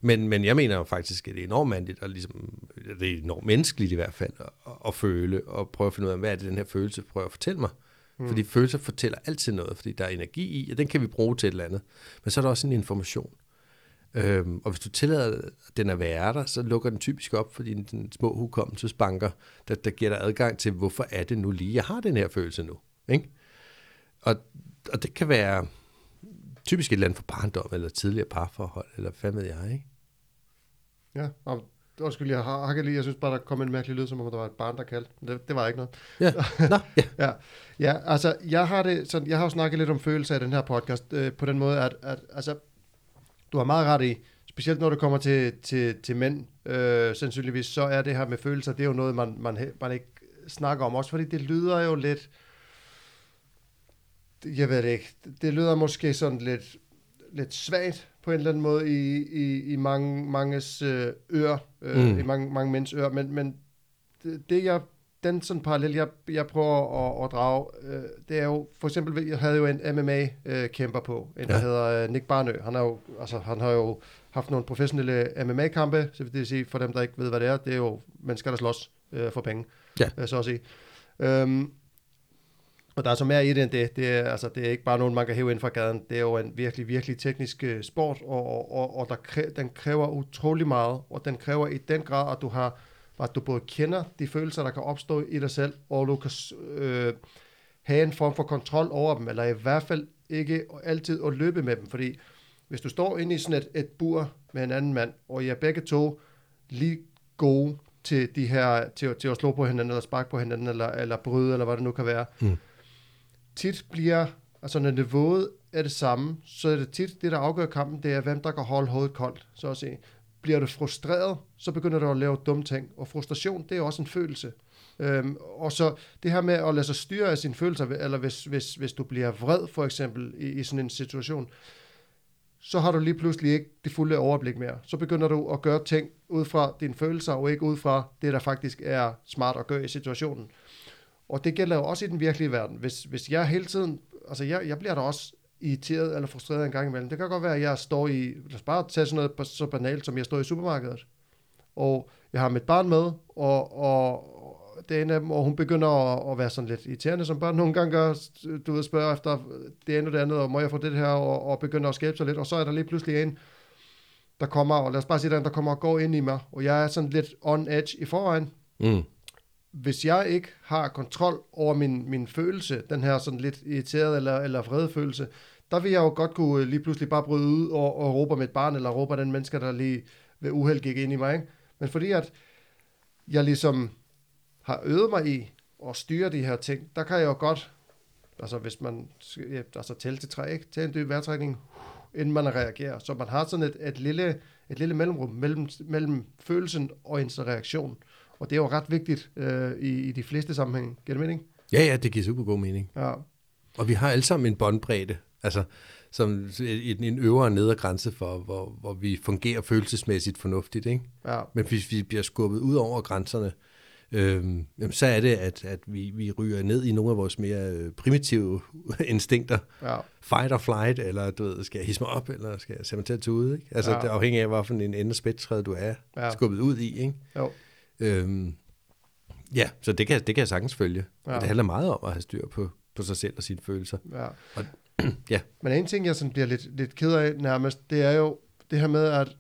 Men, men jeg mener jo faktisk, at det er enormt mandligt, og ligesom, det er enormt menneskeligt i hvert fald, at, at føle, og prøve at finde ud af, hvad er det, den her følelse prøver at fortælle mig. Mm. Fordi følelser fortæller altid noget, fordi der er energi i, og den kan vi bruge til et eller andet. Men så er der også en information. Øhm, og hvis du tillader den at være der, så lukker den typisk op, fordi den små hukommelsesbanker, der, der giver dig adgang til, hvorfor er det nu lige, jeg har den her følelse nu. Ikke? Og, og det kan være typisk et eller andet for barndom, eller tidligere parforhold, eller hvad ved jeg, ikke? Ja, og undskyld, jeg har hakket lige, jeg synes bare, der kom en mærkelig lyd, som om der var et barn, der kaldte. Det, det var ikke noget. Ja, Nå, ja. ja. ja, altså, jeg har det sådan, jeg har jo snakket lidt om følelser i den her podcast, øh, på den måde, at, at altså, du har meget ret i, specielt når det kommer til, til, til mænd, øh, sandsynligvis, så er det her med følelser, det er jo noget, man, man, man ikke snakker om, også fordi det lyder jo lidt, jeg ved det ikke, det lyder måske sådan lidt, lidt svagt på en eller anden måde i, i, i mange, manges øh, ører, øh, mm. i mange, mange mænds ører, men, men det, det jeg, den sådan parallel, jeg, jeg prøver at, at drage, øh, det er jo, for eksempel, jeg havde jo en M M A-kæmper øh, på, en der ja. hedder øh, Nick Barnø, han, er jo, altså, han har jo haft nogle professionelle M M A-kampe, så det vil sige, for dem, der ikke ved, hvad det er, det er jo mennesker, der slås øh, for penge, ja. øh, så at sige. Øhm, Og der er så mere i det end det. Det er, altså, det er ikke bare nogen, man kan hæve ind fra gaden. Det er jo en virkelig, virkelig teknisk uh, sport, og, og, og der kræ, den kræver utrolig meget, og den kræver i den grad, at du har, at du både kender de følelser, der kan opstå i dig selv, og du kan øh, have en form for kontrol over dem, eller i hvert fald ikke altid at løbe med dem, fordi hvis du står inde i sådan et, et bur med en anden mand, og I er begge to lige gode til, de her, til, til at slå på hinanden, eller sparke på hinanden, eller, eller bryde, eller hvad det nu kan være, mm. tit bliver, altså når niveauet er det samme, så er det tit, det der afgør kampen, det er, hvem der kan holde hovedet koldt, så at sige. Bliver du frustreret, så begynder du at lave dumme ting, og frustration, det er også en følelse. Øhm, og så det her med at lade sig styre af sine følelser, eller hvis, hvis, hvis du bliver vred, for eksempel, i, i sådan en situation, så har du lige pludselig ikke det fulde overblik mere. Så begynder du at gøre ting ud fra dine følelser, og ikke ud fra det, der faktisk er smart at gøre i situationen. Og det gælder jo også i den virkelige verden. Hvis, hvis jeg hele tiden, altså jeg, jeg bliver da også irriteret eller frustreret en gang imellem. Det kan godt være, at jeg står i, lad os bare tage sådan noget så banalt, som jeg står i supermarkedet. Og jeg har mit barn med, og, og det er en af dem, og hun begynder at, at være sådan lidt irriterende, som børn nogle gange gør. Du ved, spørger efter det ene og det andet, og må jeg få det her, og, og begynder at skabe sig lidt. Og så er der lige pludselig en, der kommer, og lad os bare sige, der kommer og går ind i mig, og jeg er sådan lidt on edge i forvejen. Mm. Hvis jeg ikke har kontrol over min, min følelse, den her sådan lidt irriteret eller, eller vrede følelse, der vil jeg jo godt kunne lige pludselig bare bryde ud og, og råbe mit barn, eller råbe den menneske, der lige ved uheld gik ind i mig. Ikke? Men fordi at jeg ligesom har øvet mig i at styre de her ting, der kan jeg jo godt, altså hvis man, ja, altså tælle til tre, ikke? Tælle en dyb vejrtrækning, inden man reagerer. Så man har sådan et, et, lille, et lille mellemrum mellem, mellem følelsen og ens reaktion. Og det er jo ret vigtigt øh, i, i de fleste sammenhænge. Giver det mening? Ja, ja, det giver super god mening. Ja. Og vi har alle sammen en båndbredde, altså som en, en øvre og nedre grænse for, hvor, hvor vi fungerer følelsesmæssigt fornuftigt, ikke? Ja. Men hvis vi bliver skubbet ud over grænserne, øh, jamen, så er det, at, at vi, vi ryger ned i nogle af vores mere primitive instinkter. Ja. Fight or flight, eller du ved, skal jeg hisse mig op, eller skal jeg sætte mig til at tage ud, ikke? Altså, ja. Det afhænger af, hvilken en ende af spædtræet du er ja. skubbet ud i, ikke? Jo. Øhm, ja, så det kan, det kan jeg sagtens følge. Ja. Og det handler meget om at have styr på, på sig selv og sine følelser. Ja. Og, ja. Men en ting, jeg sådan bliver lidt, lidt ked af nærmest, det er jo det her med, at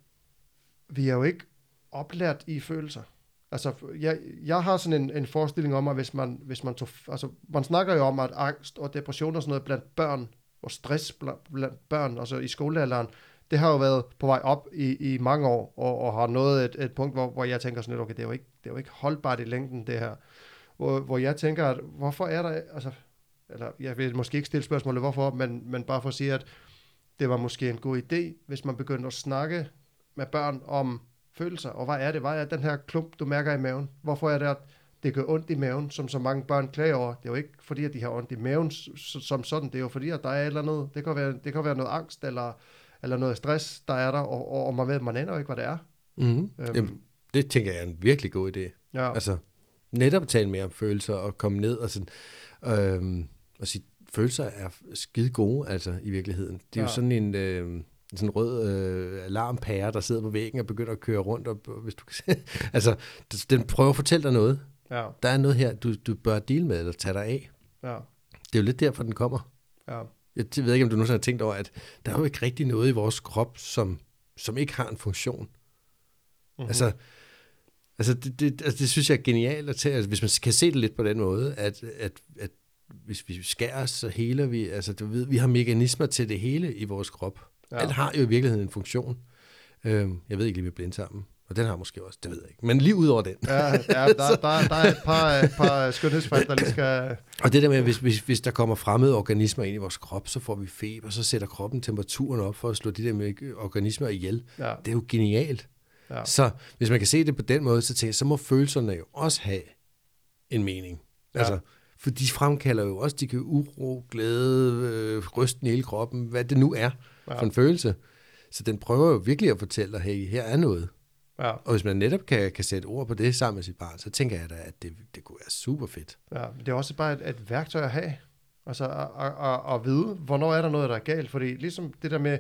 vi er jo ikke oplært i følelser. Altså, jeg, jeg har sådan en, en forestilling om, at hvis man, hvis man tog, altså, man snakker jo om, at angst og depression og sådan noget blandt børn, og stress blandt, blandt børn, altså i skolealderen, det har jo været på vej op i, i mange år, og, og har nået et, et punkt, hvor, hvor jeg tænker sådan lidt, okay, det er, jo ikke, det er jo ikke holdbart i længden, det her. Hvor, hvor jeg tænker, at hvorfor er der, altså, eller jeg vil måske ikke stille spørgsmålet, hvorfor, men, men bare for at sige, at det var måske en god idé, hvis man begyndte at snakke med børn om følelser, og hvad er det? Hvad er den her klump, du mærker i maven? Hvorfor er det, at det gør ondt i maven, som så mange børn klager over? Det er jo ikke fordi, at de har ondt i maven som sådan, det er jo fordi, at der er et eller andet, det kan være, det kan være noget angst, eller eller noget stress, der er der, og, og, og man ved, man aner jo ikke, hvad det er. Mm-hmm. Øhm. Jamen, det tænker jeg er en virkelig god idé. Ja. Altså, netop tale mere om følelser, og komme ned og, sådan, øhm, og sige, følelser er skide gode, altså, i virkeligheden. Det er ja. jo sådan en, øh, sådan en rød øh, alarmpære, der sidder på væggen og begynder at køre rundt, og, hvis du kan se. Altså, den prøver at fortælle dig noget. Ja. Der er noget her, du, du bør deal med, eller tage dig af. Ja. Det er jo lidt derfor, den kommer. Ja. Jeg ved ikke, om du nogensinde har tænkt over, at der er jo ikke rigtig noget i vores krop, som, som ikke har en funktion. Mm-hmm. Altså, altså, det, det, altså, det synes jeg er genialt at tage, altså, hvis man kan se det lidt på den måde, at, at, at hvis vi skærer os, så heler vi, altså du ved, vi har mekanismer til det hele i vores krop. Ja. Alt har jo i virkeligheden en funktion. Øhm, jeg ved ikke lige med blindtarmen, og den har måske også, det ved jeg ikke. Men lige ud over den. Ja, ja der, der, der er et par, et par skønhedsfejl, der lige skal... Og det der med, hvis, hvis, hvis der kommer fremmede organismer ind i vores krop, så får vi feber, så sætter kroppen temperaturen op for at slå de der med organismer ihjel. Ja. Det er jo genialt. Ja. Så hvis man kan se det på den måde, så tænker jeg, så må følelserne jo også have en mening. Ja. Altså, for de fremkalder jo også, de kan uro, glæde, øh, rysten i hele kroppen, hvad det nu er ja. for en følelse. Så den prøver jo virkelig at fortælle dig, hey, her er noget. Ja. Og hvis man netop kan, kan sætte ord på det sammen med sit barn, så tænker jeg da, at det, det kunne være super fedt. Ja, det er også bare et, et værktøj at have. Altså at, at, at, at vide, hvornår er der noget, der er galt. Fordi ligesom det der med,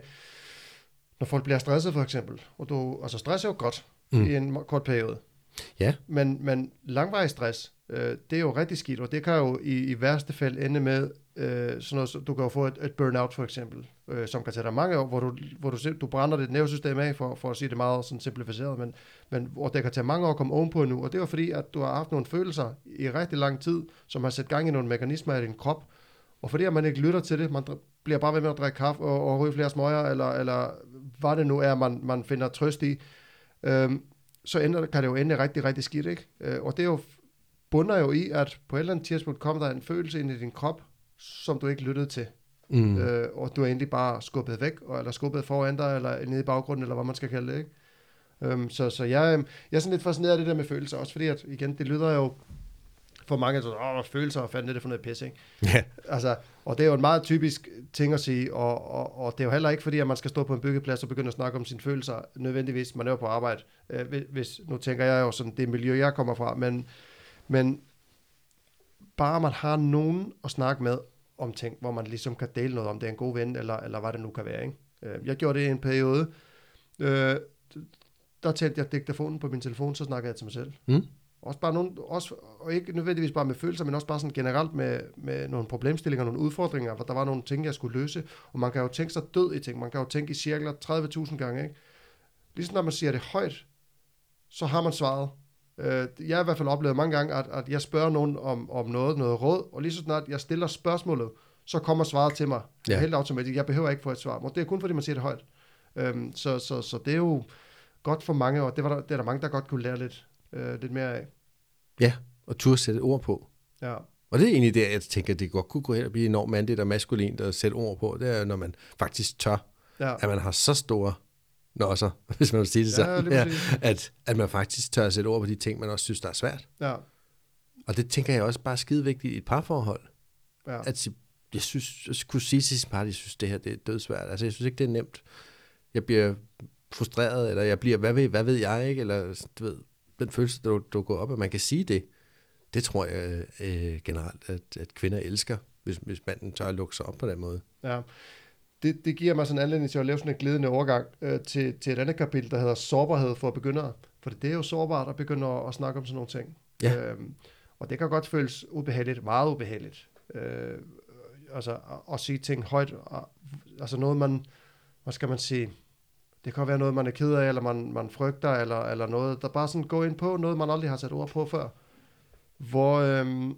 når folk bliver stresset for eksempel, og du, altså stress er jo godt mm. i en kort periode. Ja. Men, men langvarig stress, øh, det er jo rigtig skidt, og det kan jo i, i værste fald ende med, øh, sådan noget, så du kan jo få et, et burnout for eksempel, øh, som kan tage dig mange år, hvor du, hvor du, du brænder dit nervesystem af, for, for at sige det meget sådan simplificeret, men, men hvor det kan tage mange år at komme ovenpå nu, og det er jo fordi, at du har haft nogle følelser i rigtig lang tid, som har sat gang i nogle mekanismer i din krop, og fordi at man ikke lytter til det, man bliver bare ved med at drikke kaffe og, og ryge flere smøger, eller, eller hvad det nu er, man, man finder trøst i, øh, så ender, kan det jo ende rigtig, rigtig skidt, ikke? Øh, og det er jo, bunder jo i, at på et eller andet tidspunkt kommer der en følelse ind i din krop, som du ikke lyttede til. Mm. Øh, og du er egentlig bare skubbet væk, eller skubbet foran dig, eller nede i baggrunden, eller hvad man skal kalde det, ikke? Um, så så jeg, jeg er sådan lidt fascineret af det der med følelser, også fordi, at igen, det lyder jo for mange, så åh, følelser, og fanden er det for noget pis, ikke? Yeah. Altså, og det er jo en meget typisk ting at sige, og, og, og det er jo heller ikke fordi, at man skal stå på en byggeplads og begynde at snakke om sine følelser, nødvendigvis, man er jo på arbejde. Øh, hvis, nu tænker jeg jo sådan, det miljø, jeg kommer fra, men, men bare man har nogen at snakke med om ting, hvor man ligesom kan dele noget om, det er en god ven, eller, eller hvad det nu kan være, ikke? Øh, jeg gjorde det i en periode, øh, der tændte jeg diktafonen på min telefon, så snakkede jeg til mig selv. Mm. Også bare nogen, også, og ikke nødvendigvis bare med følelser, men også bare sådan generelt med, med nogle problemstillinger, nogle udfordringer, for der var nogle ting, jeg skulle løse, og man kan jo tænke sig død i ting, man kan jo tænke i cirkler tredive tusind gange, ikke? Ligesom når man siger det højt, så har man svaret. Jeg har i hvert fald oplevet mange gange, at, at jeg spørger nogen om, om noget, noget råd, og lige så snart jeg stiller spørgsmålet, så kommer svaret til mig. Ja. Helt automatisk. Jeg behøver ikke få et svar. Og det er kun fordi, man siger det højt. Øhm, så, så, så det er jo godt for mange, og det, var der, det er der mange, der godt kunne lære lidt, øh, lidt mere af. Ja, og turde sætte ord på. Ja. Og det er egentlig det, jeg tænker, at det godt kunne gå hen og blive enormt mandigt og maskulint at sætte ord på. Det er, når man faktisk tør, ja. At man har så store nosser, hvis man vil sige det sådan, ja, ja, at, at man faktisk tør at sætte ord på de ting, man også synes, der er svært. Ja. Og det tænker jeg også bare er skide vigtigt i et parforhold. Ja. At jeg synes, jeg kunne sige til sin part, jeg synes, det her det er dødsvært. Altså, jeg synes ikke, det er nemt. Jeg bliver frustreret, eller jeg bliver, hvad ved, hvad ved jeg ikke, eller du ved, den følelse, der du går op, at man kan sige det, det tror jeg øh, generelt, at, at kvinder elsker, hvis, hvis manden tør at lukke sig op på den måde. Ja. Det, det giver mig sådan en anledning til at lave sådan en glidende overgang øh, til, til et andet kapitel, der hedder sårbarhed for begyndere. For det er jo sårbart at begynde at, at snakke om sådan nogle ting. Ja. Øhm, og det kan godt føles ubehageligt, meget ubehageligt. Øh, altså at, at sige ting højt. Og, altså noget man, hvad skal man sige, det kan være noget, man er ked af, eller man, man frygter, eller, eller noget, der bare sådan går ind på, noget man aldrig har sat ord på før. Hvor, øhm,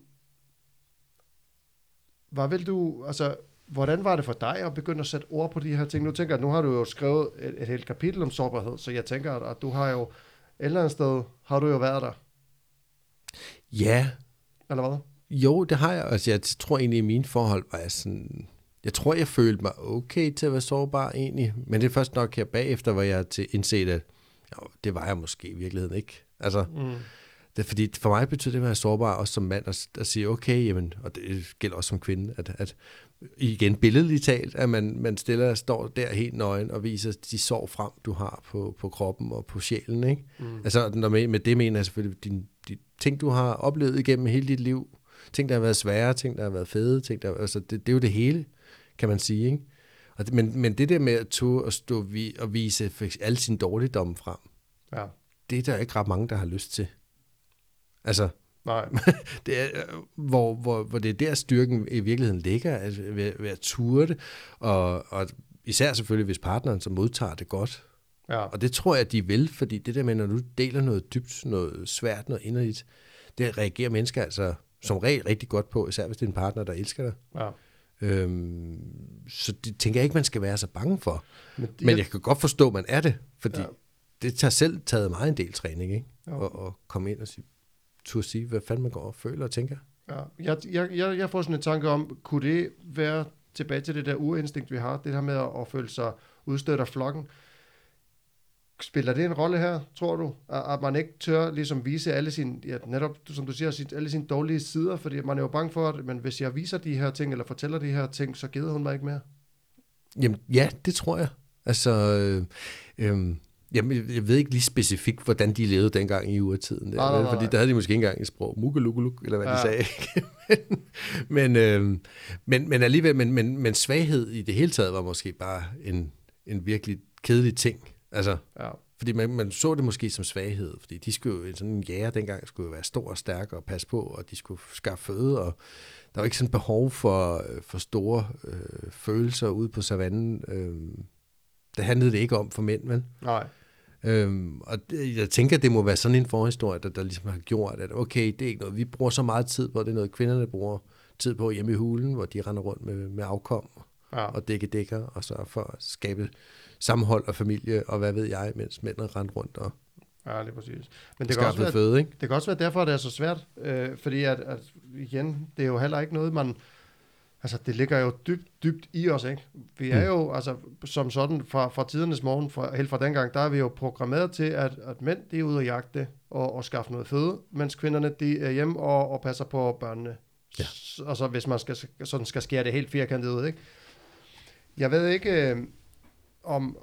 hvad vil du, altså, hvordan var det for dig at begynde at sætte ord på de her ting? Nu tænker jeg, at nu har du jo skrevet et, et helt kapitel om sårbarhed, så jeg tænker, at du har jo et eller andet sted, har du jo været der. Ja. Eller hvad? Jo, det har jeg. Altså, jeg tror egentlig, i mine forhold var jeg sådan, jeg tror, jeg følte mig okay til at være sårbar egentlig, men det er først nok her bagefter, hvor jeg til indset, at jo, det var jeg måske i virkeligheden ikke. Altså, mm. det er fordi, for mig betyder det at være sårbar også som mand, at, at sige, okay, jamen, og det gælder også som kvinde, at, at igen billedligt talt, at man, man stiller står der helt nøgen og viser de sår frem, du har på, på kroppen og på sjælen, ikke? Mm. Altså, når med, med det mener jeg selvfølgelig, de, de ting, du har oplevet igennem hele dit liv, ting, der har været svære, ting, der har været fede, ting, der, altså, det, det er jo det hele, kan man sige, ikke? Og det, men, men det der med at turde at stå vi, og vise alle sine dårligdomme frem, ja. det er der ikke ret mange, der har lyst til. Altså, Nej. det er, hvor, hvor, hvor det er der styrken i virkeligheden ligger, altså ved, ved at ture det, og, og især selvfølgelig, hvis partneren så modtager det godt. Ja. Og det tror jeg, de vil, fordi det der med, når du deler noget dybt, noget svært, noget inderligt, det reagerer mennesker altså som regel rigtig godt på, især hvis det er en partner, der elsker dig. Ja. Øhm, så det tænker jeg ikke, man skal være så bange for. Men, de, Men jeg kan godt forstå, at man er det, fordi ja. det tager selv taget meget en del træning, ikke? Ja. Og, og komme ind og sige, turde sige, hvad fanden man går og føler og tænker. Ja. Jeg, jeg, jeg, jeg får sådan en tanke om, kunne det være tilbage til det der urinstinkt, vi har, det her med at, at føle sig udstødt af flokken. Spiller det en rolle her, tror du? At man ikke tør ligesom vise alle sine, ja, netop som du siger, alle sine dårlige sider, fordi man er jo bange for, at men hvis jeg viser de her ting, eller fortæller de her ting, så gider hun mig ikke mere. Jamen, ja, det tror jeg. Altså, øh, øh, jamen, jeg ved ikke lige specifikt, hvordan de levede dengang i urtiden. Der, nej, nej, nej. Fordi der havde de måske ikke engang et sprog, mugeluguluk, eller hvad ja. de sagde. men, men, øh, men, men alligevel, men, men, men svaghed i det hele taget var måske bare en, en virkelig kedelig ting. Altså, ja. Fordi man, man så det måske som svaghed, fordi de skulle jo, sådan en jæger dengang skulle jo være stor og stærk og passe på, og de skulle skaffe føde, og der var ikke sådan behov for, for store øh, følelser ude på savannen. Øh, det handlede det ikke om for mænd, vel? Nej. Øhm, og det, jeg tænker, det må være sådan en forhistorie, der, der ligesom har gjort, at okay, det er ikke noget, vi bruger så meget tid på, det er noget, kvinderne bruger tid på hjemme i hulen, hvor de render rundt med, med afkom ja. og dække dækker, og så for at skabe sammenhold og familie, og hvad ved jeg, mens mændene rendte rundt og ja, det er præcis. Men det kan, også være, føde, ikke? det kan også være derfor, at det er så svært, øh, fordi at, at igen, det er jo heller ikke noget, man, altså det ligger jo dybt, dybt i os, ikke? Vi er mm. jo, altså som sådan, fra, fra tidernes morgen, fra, helt fra dengang, der er vi jo programmeret til, at, at mænd, de er ude og jagte og, og skaffe noget føde, mens kvinderne, de er hjemme og, og passer på børnene. Ja. S- og så hvis man skal, sådan skal skære det helt firkantet ud, ikke? Jeg ved ikke, øh, om,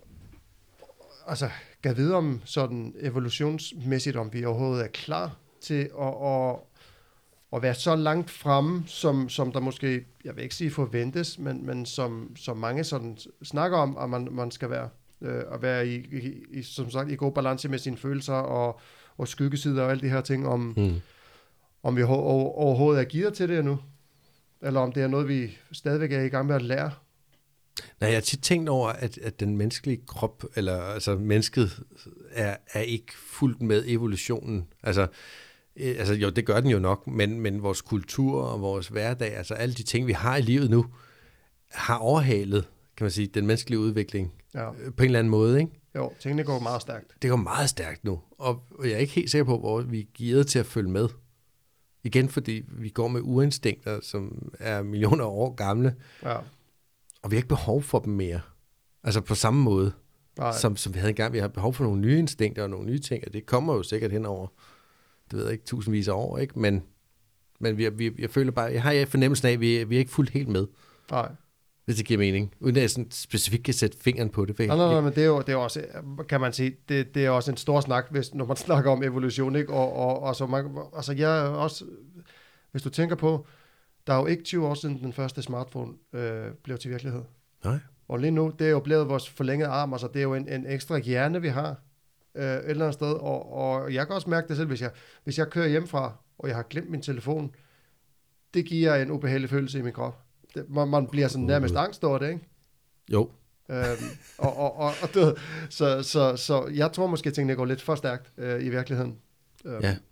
altså, kan vide om sådan evolutionsmæssigt, om vi overhovedet er klar til at, at, at være så langt fremme, som, som der måske, jeg vil ikke sige forventes, men, men som, som mange sådan snakker om, at man, man skal være. Øh, at være i, i, i, som sagt, i god balance med sine følelser og, og skyggesider og alle de her ting, om, mm. om vi overhovedet er gearet til det nu, eller om det er noget, vi stadigvæk er i gang med at lære. Nej, jeg har tit tænkt over, at, at den menneskelige krop, eller altså mennesket, er, er ikke fuldt med evolutionen. Altså, øh, altså jo, det gør den jo nok, men, men vores kultur og vores hverdag, altså alle de ting, vi har i livet nu, har overhalet, kan man sige, den menneskelige udvikling ja. øh, på en eller anden måde, ikke? Jo, tingene går meget stærkt. Det går meget stærkt nu, og jeg er ikke helt sikker på, hvor vi er gearet til at følge med. Igen, fordi vi går med urinstinkter, som er millioner af år gamle, ja. og vi har ikke behov for dem mere. Altså på samme måde, som, som vi havde engang. Vi har behov for nogle nye instinkter og nogle nye ting, og det kommer jo sikkert hen over, det ved jeg ikke, tusindvis af år, ikke? Men, men vi, vi, jeg føler bare, jeg har fornemmelsen af, at vi, vi er ikke fuldt helt med. Nej. Hvis det giver mening. Uden at jeg sådan specifikt kan sætte fingeren på det. Nej, nej, nej, men det er jo, det er også, kan man sige, det, det er også en stor snak, hvis, når man snakker om evolution, ikke? Og, og, og så man, altså jeg også, hvis du tænker på, der er jo ikke tyve år siden den første smartphone øh, blev til virkelighed. Nej. Og lige nu, det er jo blevet vores forlængede arm, altså det er jo en, en ekstra hjerne, vi har øh, et eller andet sted, og, og jeg kan også mærke det selv, hvis jeg, hvis jeg kører hjemmefra, og jeg har glemt min telefon, det giver en ubehagelig følelse i min krop. Det, man, man bliver sådan nærmest angst over det, ikke? Jo. Øhm, og, og, og, og det, så, så, så jeg tror måske, at tingene går lidt for stærkt øh, i virkeligheden. Øhm. Ja.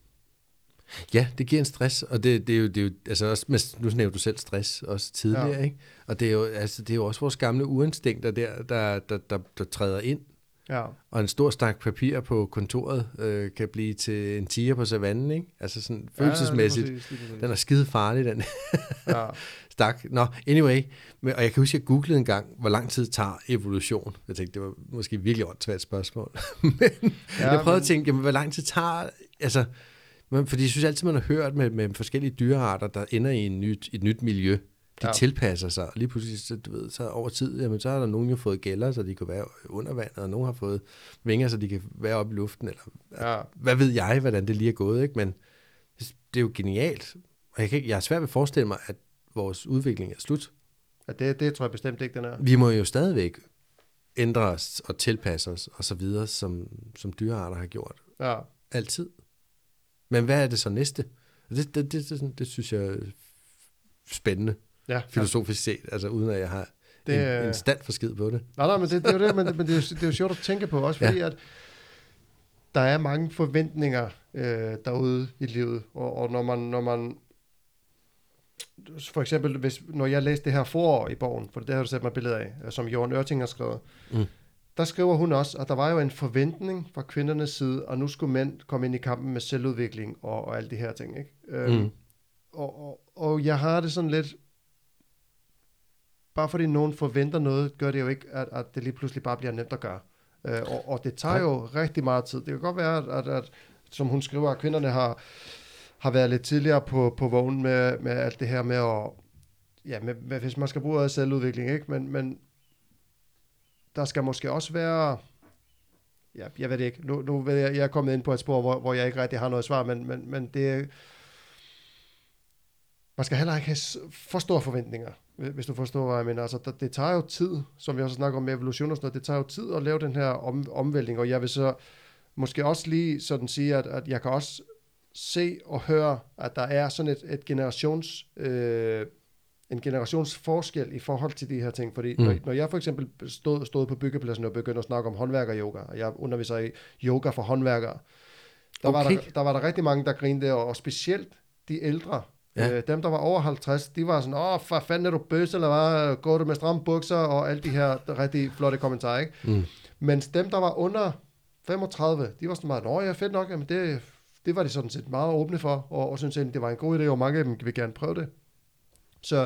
Ja, det giver en stress, og det, det er jo, det er jo altså også, nu nævnte du selv stress også tidligere, ja. Ikke? Og det er jo, altså, det er jo også vores gamle uinstinkter der, der, der, der, der træder ind. Ja. Og en stor stak papir på kontoret øh, kan blive til en tiger på savannen, ikke? Altså sådan følelsesmæssigt. Ja, præcis, præcis. Den er skide farlig, den ja. stak. Nå, anyway. Men, og jeg kan huske, at jeg googlede en gang, hvor lang tid tager evolution. Jeg tænkte, det var måske virkelig åndssvagt spørgsmål. men ja, jeg prøvede men... at tænke, jamen, hvor lang tid tager... Altså, men, fordi jeg synes altid, man har hørt med, med forskellige dyrearter, der ender i en nyt, et nyt miljø. De ja. tilpasser sig, og lige pludselig, så, du ved, så over tid, jamen, så har der nogen jo fået gælder, så de kan være under vandet, og nogen har fået vinger, så de kan være oppe i luften, eller ja. hvad ved jeg, hvordan det lige er gået, ikke? Men det er jo genialt, og jeg, kan ikke, jeg er svært ved at forestille mig, at vores udvikling er slut. At det, det tror jeg bestemt ikke, den er. Vi må jo stadigvæk ændre os og tilpasse os og så videre, som, som dyrearter har gjort. Ja. Altid. Men hvad er det så næste? Det, det, det, det, det synes jeg er spændende, Ja. filosofisk set, altså uden at jeg har det, en, en stand for skid på det. Nej, nej, men det, det er jo det, men, men det, er jo, det er jo sjovt at tænke på, også fordi, ja. at der er mange forventninger øh, derude i livet, og, og når man, når man for eksempel, hvis, når jeg læste det her forår i bogen, for det har du set mig billeder af, som Jørgen Ørting har skrevet, mm. der skriver hun også, at der var jo en forventning fra kvindernes side, og nu skulle mænd komme ind i kampen med selvudvikling og, og alle de her ting, ikke? Mm. Øhm, og, og, og jeg har det sådan lidt, bare fordi nogen forventer noget, gør det jo ikke, at, at det lige pludselig bare bliver nemt at gøre. Øh, og, og det tager jo rigtig meget tid. Det kan godt være, at, at, at som hun skriver, at kvinderne har, har været lidt tidligere på, på vognen med, med alt det her med at, ja, med, med, hvis man skal bruge af selvudvikling, ikke? Men, men der skal måske også være, ja, jeg ved det ikke, nu, nu ved jeg, jeg er kommet ind på et spor, hvor, hvor jeg ikke rigtig har noget svar, men, men, men det, man skal heller ikke have for store forventninger, hvis du forstår, hvad jeg mener. Altså, det, det tager jo tid, som vi også snakker om med evolution og sådan noget, det tager jo tid at lave den her om, omvæltning, og jeg vil så måske også lige sådan sige, at, at jeg kan også se og høre, at der er sådan et, et generations, øh, en generationsforskel i forhold til de her ting, fordi mm. når, når jeg for eksempel stod, stod på byggepladsen og begyndte at snakke om håndværker-yoga, og jeg underviser i yoga for håndværkere, der, okay. var der, der var der rigtig mange, der grinede, og, og specielt de ældre. Ja. Øh, dem, der var over halvtreds, de var sådan, åh, for fanden er du bøs, eller hvad? Går du med stramme bukser, og alle de her rigtig flotte kommentarer, ikke? Mm. Mens dem, der var under femogtredive, de var sådan meget, nå ja, fedt nok, jamen det, det var de sådan set meget åbne for, og, og synes egentlig, det var en god idé, og mange af dem vil gerne prøve det. Så,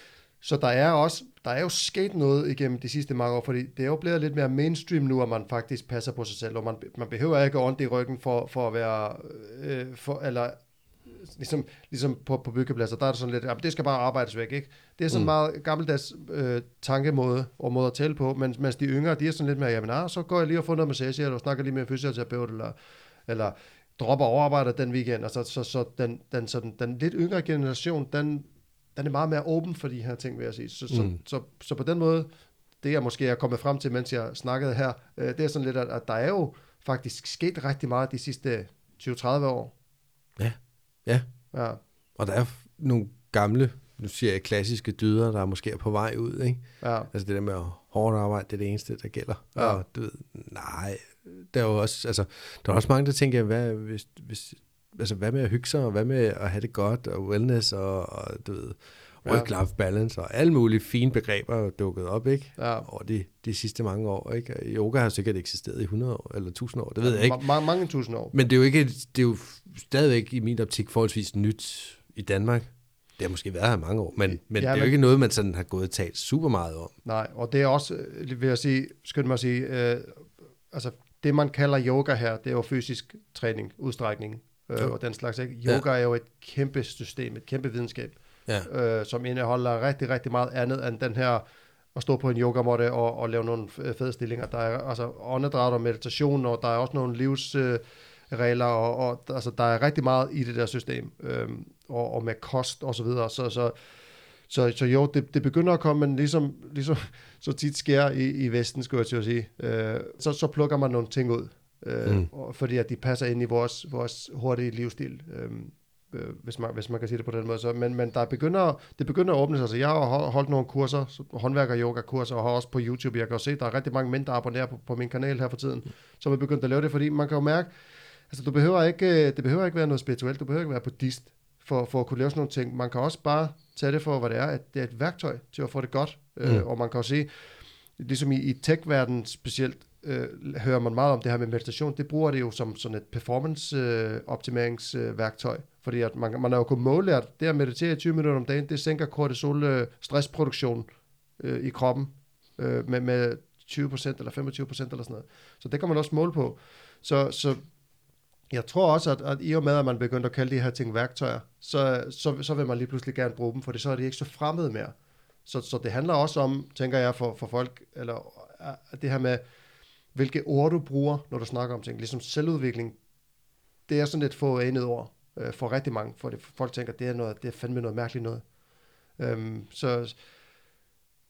så der er også, der er jo sket noget igennem de sidste mange år, fordi det er jo blevet lidt mere mainstream nu, at man faktisk passer på sig selv, og man, man behøver ikke ondt i ryggen for, for at være, øh, for, eller ligesom, ligesom på, på byggepladser, der er det sådan lidt, jamen, det skal bare arbejdes væk, ikke? Det er sådan en mm. meget gammeldags øh, tankemåde og måde at tale på, mens, mens de yngre, de er sådan lidt mere, jamen, ah, så går jeg lige og får noget massage, eller snakker lige med en fysioterapeut, eller, eller dropper overarbejder den weekend, og så, så, så den, den, sådan, den lidt yngre generation, den, den er meget mere åben for de her ting, vil jeg sige. Så, så, mm. så, så, så på den måde, det jeg måske er kommet frem til, mens jeg snakkede her, øh, det er sådan lidt, at, at der er jo faktisk sket rigtig meget de sidste tyve til tredive år. Ja. Ja. ja, og der er nogle gamle, nu siger jeg klassiske dyder, der måske er på vej ud, ikke? Ja. Altså det der med hårdt arbejde, det er det eneste, der gælder. Ja. Og du ved, nej, der er jo også, altså, der er også mange, der tænker, hvad, hvis, hvis, altså, hvad med at hygge sig, og hvad med at have det godt, og wellness, og, og du ved, work-life balance, og alle mulige fine begreber dukket op, ikke? Ja. Over de, de sidste mange år, ikke? Yoga har sikkert eksisteret i hundrede år, eller tusind år, det ved jeg ikke. Ma- mange tusind år. Men det er jo ikke, det er jo stadigvæk i min optik forholdsvis nyt i Danmark. Det har måske været her mange år, men, men ja, det er jo ikke noget, man sådan har gået og talt super meget om. Nej, og det er også, vil jeg sige, skynd mig at sige, øh, altså det man kalder yoga her, det er jo fysisk træning, udstrækning øh, og den slags, ikke? Yoga ja. er jo et kæmpe system, et kæmpe videnskab. Ja. Øh, som indeholder rigtig, rigtig meget andet end den her at stå på en yogamåtte og, og lave nogle fede stillinger. Der er altså åndedræt og meditation, og der er også nogle livsregler, øh, og, og altså, der er rigtig meget i det der system, øh, og, og med kost og så videre. Så, så, så, så jo, det, det begynder at komme, men ligesom, ligesom så tit sker i, i Vesten, skulle jeg til at sige, øh, så, så plukker man nogle ting ud, øh, mm. og, fordi at de passer ind i vores, vores hurtige livsstil. Øh, Hvis man, hvis man kan sige det på den måde. Så, men men der begynder, det begynder at åbne sig. Så jeg har holdt nogle kurser, håndværker-yoga-kurser, og har også på YouTube, jeg kan også se, der er rigtig mange mænd, der abonnerer på, på min kanal her for tiden, som er begyndt at lave det, fordi man kan jo mærke, altså du behøver ikke, det behøver ikke være noget spirituelt, du behøver ikke være buddhist, for, for at kunne lave sådan nogle ting. Man kan også bare tage det for, hvad det er, at det er et værktøj til at få det godt. Mm. Øh, og man kan jo se, ligesom i, i tech-verdenen specielt, øh, hører man meget om det her med meditation, det bruger det jo som sådan et performance-optimeringsværktøj, øh, fordi at man, man har jo kunnet måle, at det at meditere i tyve minutter om dagen, det sænker kortisol øh, stressproduktion øh, i kroppen øh, med, med tyve procent eller femogtyve procent eller sådan noget. Så det kan man også måle på. Så, så jeg tror også, at, at i og med, at man begynder at kalde de her ting værktøjer, så, så, så vil man lige pludselig gerne bruge dem, for det, så er de ikke så fremmede mere. Så, så det handler også om, tænker jeg, for, for folk, eller det her med, hvilke ord du bruger, når du snakker om ting. Ligesom selvudvikling, det er sådan et få anet ord øh, for rigtig mange, for det, folk tænker, det er, noget, det er fandme noget mærkeligt noget. Øhm, så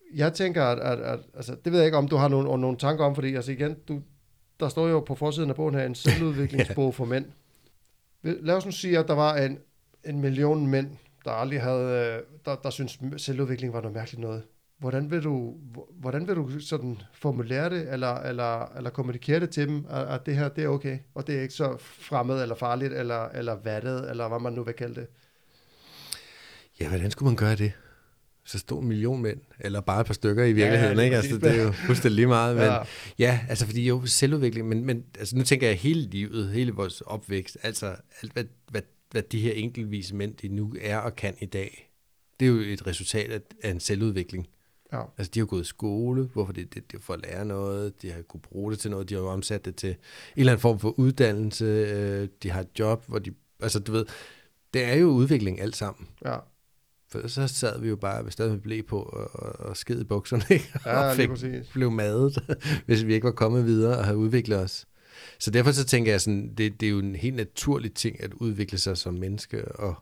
jeg tænker, at, at, at altså, det ved jeg ikke, om du har nogle, nogle tanker om, fordi altså igen, du, der står jo på forsiden af bogen her, en selvudviklingsbog for mænd. Lad os nu sige, at der var en, en million mænd, der aldrig havde, der, der synes selvudvikling var noget mærkeligt noget. Hvordan vil du, hvordan vil du sådan formulere det, eller, eller, eller kommunikere det til dem, at, at det her, det er okay, og det er ikke så fremmed, eller farligt, eller, eller vattet, eller hvad man nu vil kalde det? Ja, hvordan skulle man gøre det? Så stod en million mænd, eller bare et par stykker i virkeligheden, ja, ikke? Altså, det er jo fuldstændig lige meget, men ja. ja, altså fordi jo, selvudvikling, men, men altså, nu tænker jeg hele livet, hele vores opvækst, altså alt, hvad, hvad, hvad de her enkeltvise mænd, de nu er og kan i dag, det er jo et resultat af, af en selvudvikling. Ja. Altså, de har gået i skole, hvorfor det, det, det er for at lære noget, de har kunne bruge det til noget, de har jo omsat det til en eller anden form for uddannelse, øh, de har et job, hvor de, altså du ved, det er jo udvikling alt sammen. Ja. For så sad vi jo bare stadig med blæ på og, og sked i bukserne, ikke? Ja, og fik, blev madet, hvis vi ikke var kommet videre og havde udviklet os. Så derfor så tænker jeg sådan, det, det er jo en helt naturlig ting at udvikle sig som menneske og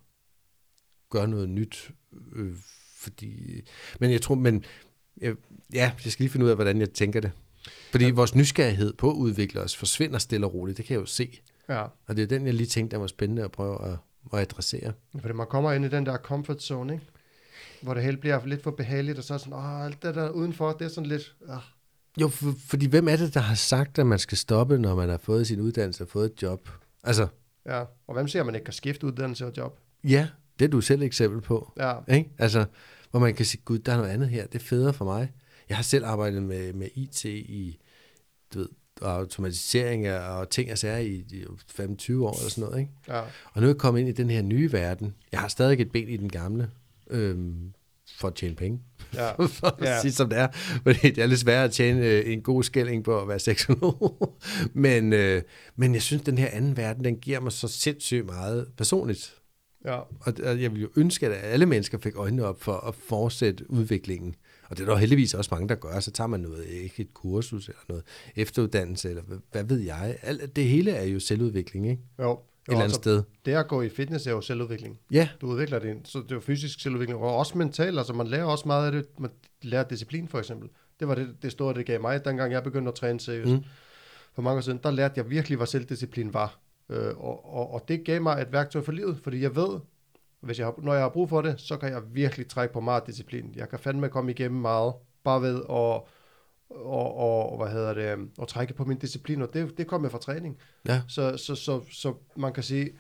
gøre noget nyt. Øh, fordi, men jeg tror, men jeg, ja, jeg skal lige finde ud af, hvordan jeg tænker det. Fordi ja. Vores nysgerrighed på at udvikle os forsvinder stille og roligt, det kan jeg jo se. Ja. Og det er den, jeg lige tænkte, der var spændende at prøve at og adressere. Fordi man kommer ind i den der comfort zone, ikke? Hvor det hele bliver lidt for behageligt, og så er sådan, åh, alt det der udenfor, det er sådan lidt... Øh. Jo, for, fordi hvem er det, der har sagt, at man skal stoppe, når man har fået sin uddannelse og fået et job? Altså... Ja, og hvem siger, at man ikke kan skifte uddannelse og job? Ja, det er du selv et eksempel på. Ja. Ikke? Altså, hvor man kan sige, gud, der er noget andet her, det er federe for mig. Jeg har selv arbejdet med, med I T i, du ved, og automatisering og ting og sager i femogtyve tyve år eller sådan noget, ikke? Ja. Og nu er jeg kommet ind i den her nye verden. Jeg har stadig et ben i den gamle, øhm, for at tjene penge. Ja. for at ja. sige, som det er. Fordi det er lidt svært at tjene øh, en god skilling på at være seksolog. men, øh, men jeg synes, den her anden verden, den giver mig så sindssygt meget personligt. Ja. Og, og jeg vil jo ønske, at alle mennesker fik øjnene op for at fortsætte udviklingen. Og det er der heldigvis også mange, der gør. Så tager man noget, ikke et kursus eller noget efteruddannelse, eller hvad, hvad ved jeg. Alt, det hele er jo selvudvikling, ikke? Jo. Et eller andet altså, sted. Det at gå i fitness er jo selvudvikling. Ja. Du udvikler det, så det er jo fysisk selvudvikling, og også mental. Altså man lærer også meget af det. Man lærer disciplin for eksempel. Det var det, det store, det gav mig, dengang jeg begyndte at træne seriøst. Mm. For mange år siden, der lærte jeg virkelig, hvad selvdisciplin var. Øh, og, og, og det gav mig et værktøj for livet, fordi jeg ved, hvis jeg har, når jeg har brug for det, så kan jeg virkelig trække på meget disciplin. Jeg kan fandme komme igennem meget, bare ved at og, og, og, hvad hedder det, at trække på min disciplin, og det, det kommer fra træning. Ja. Så, så, så, så man kan sige,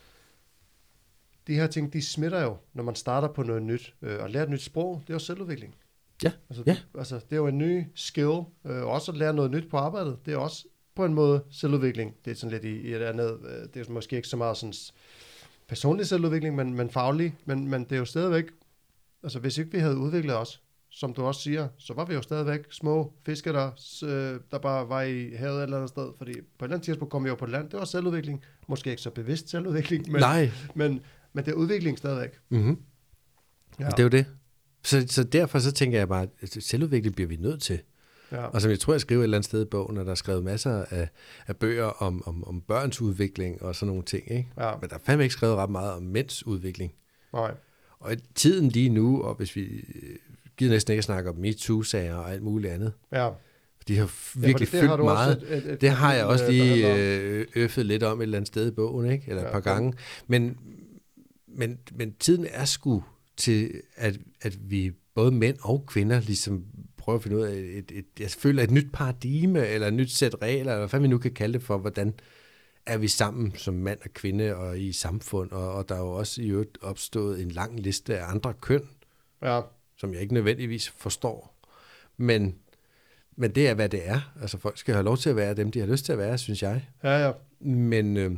de her ting, de smitter jo, når man starter på noget nyt. Øh, og lære et nyt sprog, det er jo selvudvikling. Ja. Altså, ja. Du, altså, det er jo en ny skill. Øh, også at lære noget nyt på arbejdet, det er også på en måde selvudvikling. Det er sådan lidt i, i et andet, øh, det er måske ikke så meget sådan personlig selvudvikling, men, men faglig, men, men det er jo stadigvæk, altså hvis ikke vi havde udviklet os, som du også siger, så var vi jo stadigvæk små fiskere, der, der bare var i havet et eller andet sted, fordi på et eller andet tidspunkt kom vi jo på land, det var selvudvikling, måske ikke så bevidst selvudvikling, men, Nej. men, men det er udvikling stadigvæk. Mm-hmm. Ja. Det er jo det. Så, så derfor så tænker jeg bare, at selvudvikling bliver vi nødt til. Ja. Og som jeg tror, jeg skriver et eller andet sted i bogen, og der er skrevet masser af, af bøger om, om, om børns udvikling og sådan nogle ting, ikke? Ja. Men der er fandme ikke skrevet ret meget om mænds udvikling. Nej. Og tiden lige nu, og hvis vi gider næsten ikke at snakke om MeToo-sager og alt muligt andet, ja. De har virkelig ja, fyldt meget. Et, et, et, det har jeg også lige øh, øffet lidt om et eller andet sted i bogen, ikke? Eller ja, et par gange. Men, men, men tiden er sgu til, at, at vi både mænd og kvinder ligesom prøver at finde ud af et, et, et, jeg føler et nyt paradigme, eller et nyt sæt regler, eller hvad vi nu kan kalde det for, hvordan er vi sammen som mand og kvinde og i samfund, og, og der er jo også i øvrigt opstået en lang liste af andre køn, ja. Som jeg ikke nødvendigvis forstår. Men, men det er, hvad det er. Altså folk skal have lov til at være dem, de har lyst til at være, synes jeg. Ja, ja. Men øh,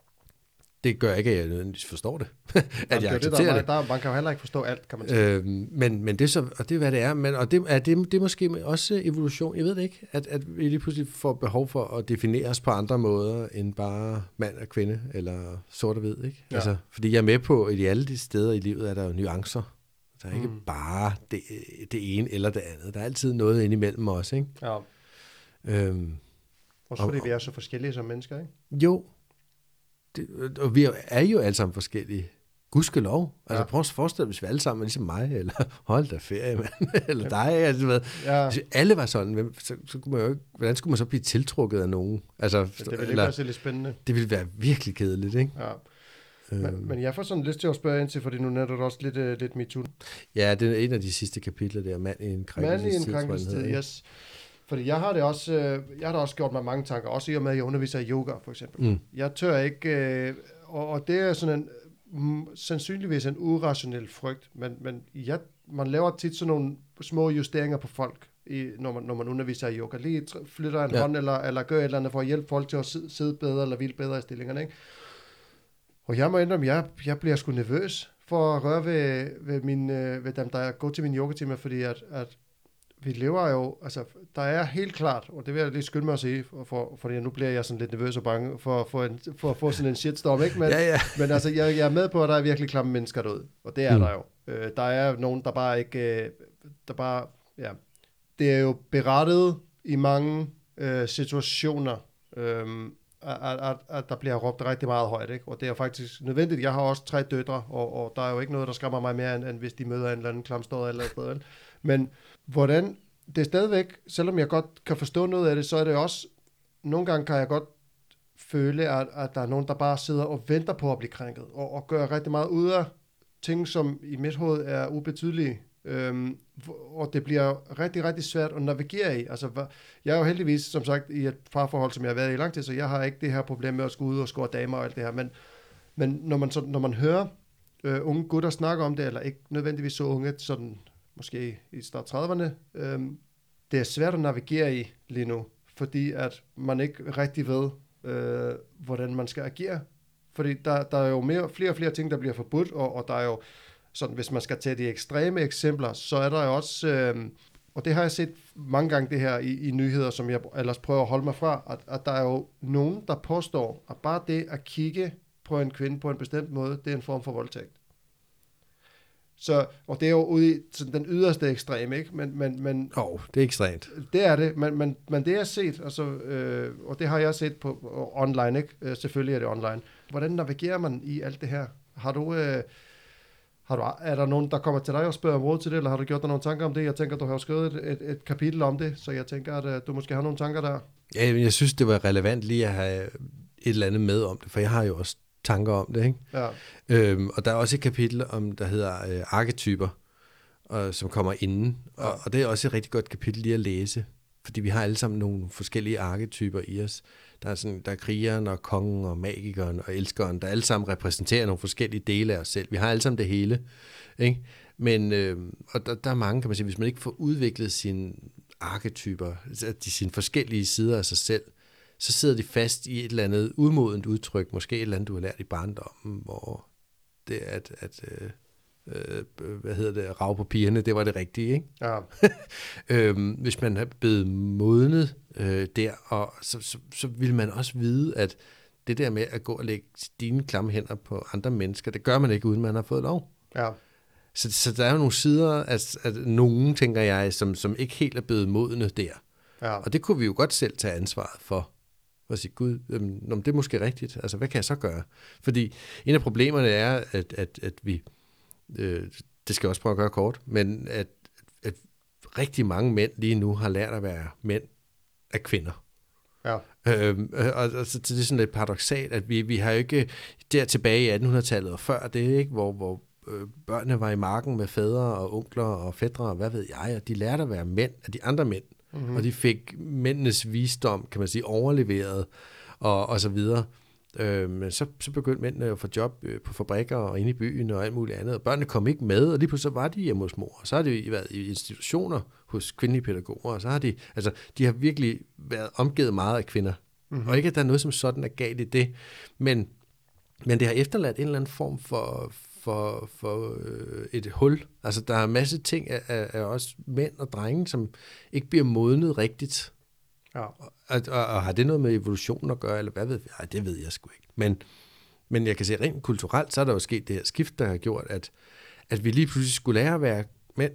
det gør ikke, at jeg nødvendigvis forstår det. at Jamen, jeg det accepterer det. Der, det. der, man kan jo heller ikke forstå alt, kan man sige. Øh, men, men det er så, og det er, hvad det er. Men, og det er, det, det er måske også evolution. Jeg ved det ikke. At, at vi lige pludselig får behov for at definere os på andre måder, end bare mand og kvinde, eller sort og hvid, ikke? Ja. Altså, fordi jeg er med på, at i alle de steder i livet er der jo nuancer. Der er ikke mm. bare det, det ene eller det andet. Der er altid noget inde imellem os, ikke? Ja. Øhm, Også fordi og, vi er så forskellige som mennesker, ikke? Jo. Det, og vi er jo alle sammen forskellige. Gudskelov. Altså Ja. prøv at forestille dig, hvis vi alle sammen er ligesom mig, eller hold da ferie, mand, eller dig. Altså, hvad. Ja. Hvis alle var sådan, hvem- så, så kunne man jo ikke, hvordan skulle man så blive tiltrukket af nogen? Altså, Det ville ikke eller, være så lidt spændende. det ville være virkelig kedeligt, ikke? Ja. Øhm. Men, men jeg får sådan lyst til at spørge ind til, fordi nu nætter du også lidt, uh, lidt MeToo. Ja, det er en af de sidste kapitler, der mand i en Mand i krænkelsestid. en tror jeg, den krænkelsestid, hedder, yes. Fordi jeg har det også, øh, jeg har da også gjort mig mange tanker, også i og med, at jeg underviser i yoga, for eksempel. Mm. Jeg tør ikke, øh, og, og det er sådan en, mm, sandsynligvis en urationel frygt, men, men jeg, man laver tit sådan nogle små justeringer på folk, i, når, man, når man underviser i yoga. Lige tr- flytter en Ja. hånd, eller, eller gør et eller andet for at hjælpe folk til at sidde, sidde bedre, eller hvile bedre i stillingerne, ikke? Og jeg må indrømme, jeg, jeg bliver sgu nervøs for at røre ved, ved, min, øh, ved dem, der går til min yogatime, fordi at, at vi lever jo, altså der er helt klart, og det vil jeg lige skynde mig at sige, for, for, fordi nu bliver jeg sådan lidt nervøs og bange for, for, en, for at få sådan en shitstorm, ikke? Men, Ja, ja. men altså, jeg, jeg er med på, at der er virkelig klamme mennesker derude, og det er Mm. der jo. Øh, der er nogen, der bare ikke, øh, der bare, ja, det er jo berettet i mange øh, situationer, øh, at, at, at der bliver råbt rigtig meget højt, ikke? Og det er faktisk nødvendigt. Jeg har også tre døtre, og, og der er jo ikke noget, der skræmmer mig mere, end, end hvis de møder en eller anden klamstød eller noget andet. Men hvordan, det er stadigvæk, selvom jeg godt kan forstå noget af det, så er det også, nogle gange kan jeg godt føle, at, at der er nogen, der bare sidder og venter på at blive krænket, og, og gør rigtig meget ud af ting, som i mit hoved er ubetydelige. Øhm, og det bliver rigtig, rigtig svært at navigere i. Altså, hva- jeg er jo heldigvis, som sagt, i et parforhold, som jeg har været i lang tid, så jeg har ikke det her problem med at skulle ud og score damer og alt det her, men, men når, man så, når man hører øh, unge gutter snakke om det, eller ikke nødvendigvis så unge, sådan måske i start trediverne, øhm, det er svært at navigere i lige nu, fordi at man ikke rigtig ved, øh, hvordan man skal agere. Fordi der, der er jo mere, flere og flere ting, der bliver forbudt, og, og der er jo sådan, hvis man skal tage de ekstreme eksempler, så er der jo også, øh, og det har jeg set mange gange det her i, i nyheder, som jeg ellers prøver at holde mig fra, at, at der er jo nogen, der påstår, at bare det at kigge på en kvinde på en bestemt måde, det er en form for voldtægt. Så, og det er jo ude i sådan den yderste ekstrem, ikke? Men, men, men Åh, oh, det er ekstremt. det er det, men, men, men det er set, altså, øh, og det har jeg set på og online, ikke? Øh, selvfølgelig er det online. Hvordan navigerer man i alt det her? Har du, øh, har du, er der nogen, der kommer til dig og spørger om råd til det, eller har du gjort dig nogle tanker om det? Jeg tænker, du har jo skrevet et, et, et kapitel om det, så jeg tænker, at øh, du måske har nogle tanker der. Ja, men jeg synes, det var relevant lige at have et eller andet med om det, for jeg har jo også tanker om det, ikke? Ja, Øhm, og der er også et kapitel om, der hedder øh, arketyper, og, som kommer inden, Ja. og, og det er også et rigtig godt kapitel lige at læse, fordi vi har alle sammen nogle forskellige arketyper i os. Der er, sådan, der er krigeren og kongen og magikeren og elskeren, der alle sammen repræsenterer nogle forskellige dele af os selv. Vi har alle sammen det hele, ikke? Men øh, og der, der er mange, kan man sige, hvis man ikke får udviklet sine arketyper, altså de sine forskellige sider af sig selv, så sidder de fast i et eller andet udmodent udtryk, måske et eller andet, du har lært i barndommen, hvor det at, at øh, øh, hvad hedder det, rave på pigerne, det var det rigtige, ikke? ja, øhm, hvis man er blevet modnet øh, der, og så, så, så vil man også vide, at det der med at gå og lægge dine klamme hænder på andre mennesker, det gør man ikke, uden man har fået lov. ja, Så, så der er jo nogle sider, at, at nogen, tænker jeg, som, som ikke helt er blevet modne der. ja, Og det kunne vi jo godt selv tage ansvaret for. Og sige, gud, øhm, nå, det er måske rigtigt. Altså, hvad kan jeg så gøre? Fordi en af problemerne er, at, at, at vi, øh, det skal jeg også prøve at gøre kort, men at, at rigtig mange mænd lige nu har lært at være mænd af kvinder. ja, Øhm, og, og så det er sådan lidt paradoksalt, at vi, vi har jo ikke der tilbage i attenhundredetallet og før det, ikke, hvor, hvor øh, børnene var i marken med fædre og onkler og fædre og hvad ved jeg, og de lærte at være mænd af de andre mænd. Mm-hmm. Og de fik mændenes visdom, kan man sige, overleveret og, og så videre. Øh, men så, så begyndte mændene at få job øh, på fabrikker og inde i byen og alt muligt andet. Og børnene kom ikke med, og lige pludselig var de hjemme hos mor. Så har de været i institutioner hos kvindelige pædagoger, og så har de, altså, de har virkelig været omgivet meget af kvinder. Mm-hmm. Og ikke, at der er noget som sådan er galt i det, men, men det har efterladt en eller anden form for, for, for øh, et hul. Altså, der er en masse ting af, af, af også mænd og drenge, som ikke bliver modnet rigtigt. ja, Og, og, og har det noget med evolution at gøre, eller hvad ved jeg? Ej, det ved jeg sgu ikke. Men, men jeg kan se, rent kulturelt, så er der jo sket det her skift, der har gjort, at, at vi lige pludselig skulle lære at være mænd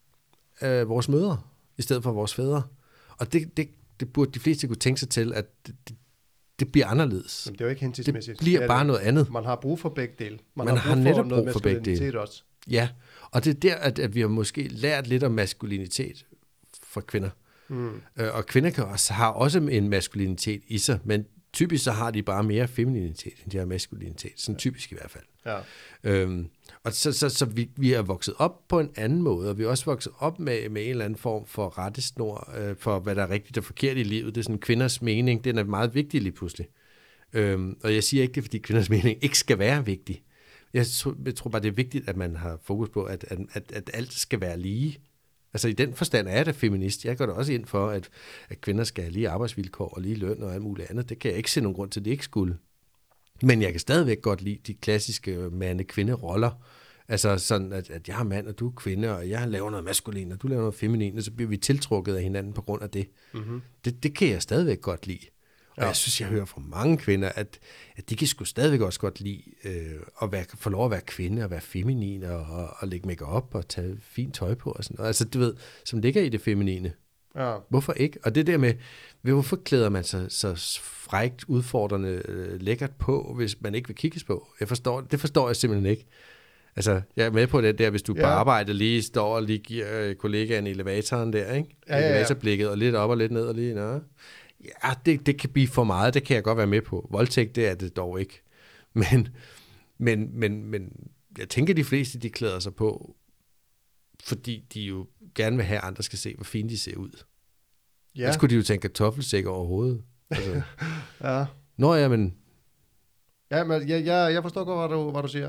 af vores mødre, i stedet for vores fædre. Og det, det, det burde de fleste kunne tænke sig til, at det, det bliver anderledes. Jamen, det er jo ikke hensigtsmæssigt. Det bliver det bare det. noget andet. Man har brug for begge dele. Man, Man har, har brug netop for noget brug for begge dele. også. Ja, og det er der, at, at vi har måske lært lidt om maskulinitet for kvinder. Mm. Øh, og kvinder kan også, har også en maskulinitet i sig, men typisk så har de bare mere femininitet, end de har maskulinitet. Sådan typisk i hvert fald. Ja. Øhm, og så, så, så vi, vi er vokset op på en anden måde, og vi er også vokset op med, med en eller anden form for rettesnor øh, for, hvad der er rigtigt og forkert i livet. Det er sådan kvinders mening, den er meget vigtig lige pludselig. Øhm, og jeg siger ikke det, fordi kvinders mening ikke skal være vigtig. Jeg tror, jeg tror bare, det er vigtigt, at man har fokus på, at, at, at, at alt skal være lige. Altså i den forstand er jeg da feminist. Jeg går da også ind for, at, at kvinder skal have lige arbejdsvilkår og lige løn og alt muligt andet. Det kan jeg ikke se nogen grund til, at det ikke skulle. Men jeg kan stadigvæk godt lide de klassiske mande-kvinde-roller. Altså sådan, at, at jeg er mand, og du er kvinde, og jeg laver noget maskulin, og du laver noget feminin, og så bliver vi tiltrukket af hinanden på grund af det. Mm-hmm. Det, det kan jeg stadigvæk godt lide. Og ja. Jeg synes, jeg hører fra mange kvinder, at, at de kan sgu stadigvæk også godt lide øh, at være, få lov at være kvinde, og være feminin, og, og, og lægge make-up, og tage fint tøj på, og sådan noget. Altså, du ved, som ligger i det feminine. Ja. Hvorfor ikke? Og det der med, hvorfor klæder man sig så frækt, udfordrende, øh, lækkert på, hvis man ikke vil kigges på? Jeg forstår, det forstår jeg simpelthen ikke. Altså, jeg er med på det der, hvis du ja. på arbejde lige står og lige giver øh, kollegaen elevatoren der, ikke? Ja, ja, ja. Elevatorblikket, og lidt op og lidt ned og lige, nå. Ja, det, det kan blive for meget, det kan jeg godt være med på. Voldtægt, det er det dog ikke. Men, men, men, men jeg tænker, de fleste, de klæder sig på, fordi de jo gerne vil have, at andre skal se, hvor fint de ser ud. Ja. Så skulle de jo tænke kartoffelsæk over hovedet. Altså. Ja. Nå ja, men... Ja, men jeg, jeg, jeg forstår godt, hvad du, hvad du siger.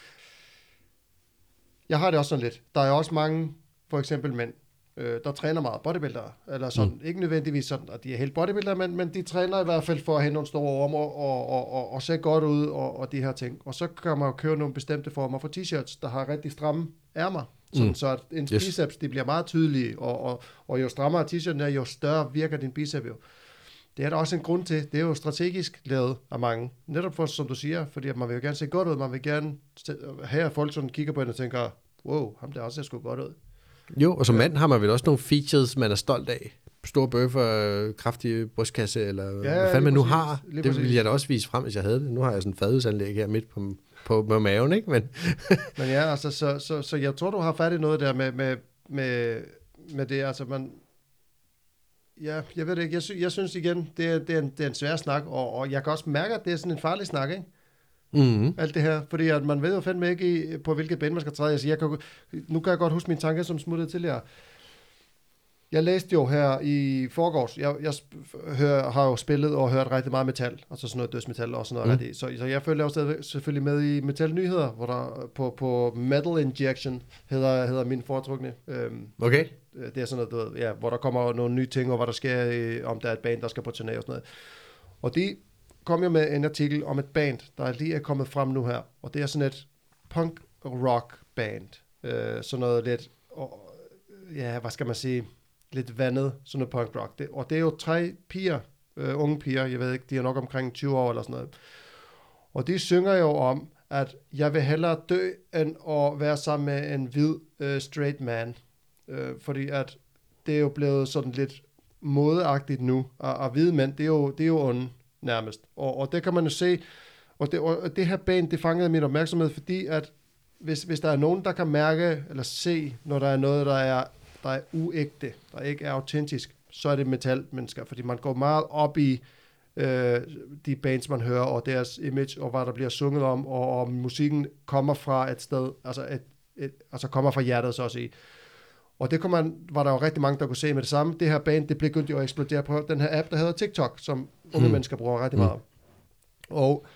Jeg har det også sådan lidt. Der er også mange, for eksempel mænd, øh, der træner meget bodybuildere, eller sådan, mm. ikke nødvendigvis sådan, at de er helt bodybuildere, men, men de træner i hvert fald for at have nogle store ormer, og, og, og, og se godt ud, og, og de her ting. Og så kan man jo købe nogle bestemte former for t-shirts, der har rigtig stramme ærmer, sådan, mm. så at ens yes. biceps, de bliver meget tydelige, og, og, og jo strammere t-shirten er, jo større virker din bicep jo. Det er der også en grund til. Det er jo strategisk lavet af mange. Netop for, som du siger, fordi man vil jo gerne se godt ud, man vil gerne have folk, som kigger på en og tænker, wow, ham der også ser sgu godt ud. Jo, og som mand har man vel også nogle features, man er stolt af. Store bøffer, kraftige brystkasse, eller ja, hvad fanden man nu præcis, har. Det ville jeg da også vise frem, hvis jeg havde det. Nu har jeg sådan en fadusanlæg her midt på, på, på maven, ikke? Men, Men ja, altså, så, så, så jeg tror, du har fat i noget der med, med, med, med det. Altså, man... Ja, jeg ved det ikke. Jeg, sy- jeg synes igen, det er, det, er en, det er en svær snak, og, og jeg kan også mærke, at det er sådan en farlig snak, ikke? Mm-hmm. Alt det her, fordi at man ved jo fandme ikke, i, på hvilket ben man skal træde. Altså, jeg kan, nu kan jeg godt huske mine tanker, som smuttede tidligere. Jeg læste jo her i forgårs, jeg, jeg hør, har jo spillet og hørt rigtig meget metal, altså sådan noget dødsmetal og sådan noget. Mm. Rigtig. Så, så jeg følger jo stadig, selvfølgelig med i metal-nyheder, hvor der på, på Metal Injection hedder, hedder min foretrukne. Øhm, okay. Det er sådan noget, du ved, ja, hvor der kommer nogle nye ting, og hvad der sker, øh, om der er et band, der skal på turné og sådan noget. Og de kom jo med en artikel om et band, der lige er kommet frem nu her, og det er sådan et punk-rock band. Øh, sådan noget lidt, og, ja, hvad skal man sige, lidt vandet, sådan noget punk-rock. Det, og det er jo tre piger, øh, unge piger, jeg ved ikke, de er nok omkring tyve år eller sådan noget. Og de synger jo om, at jeg vil hellere dø, end at være sammen med en hvid øh, straight man. Øh, fordi at det er jo blevet sådan lidt modeagtigt nu, og, og hvide mænd, det er jo, det er jo onde nærmest. Og, og det kan man jo se, og det, og det her band, det fangede min opmærksomhed, fordi at hvis, hvis der er nogen, der kan mærke eller se, når der er noget, der er, der er uægte, der ikke er autentisk, så er det metalmennesker, fordi man går meget op i øh, de bands, man hører, og deres image, og hvad der bliver sunget om, og, og musikken kommer fra et sted, altså, et, et, altså kommer fra hjertet, så at sige. Og det man, var der jo rigtig mange, der kunne se med det samme. Det her band, det begyndte jo at eksplodere på den her app, der hedder TikTok, som unge mm. mennesker bruger rigtig meget. Mm. Og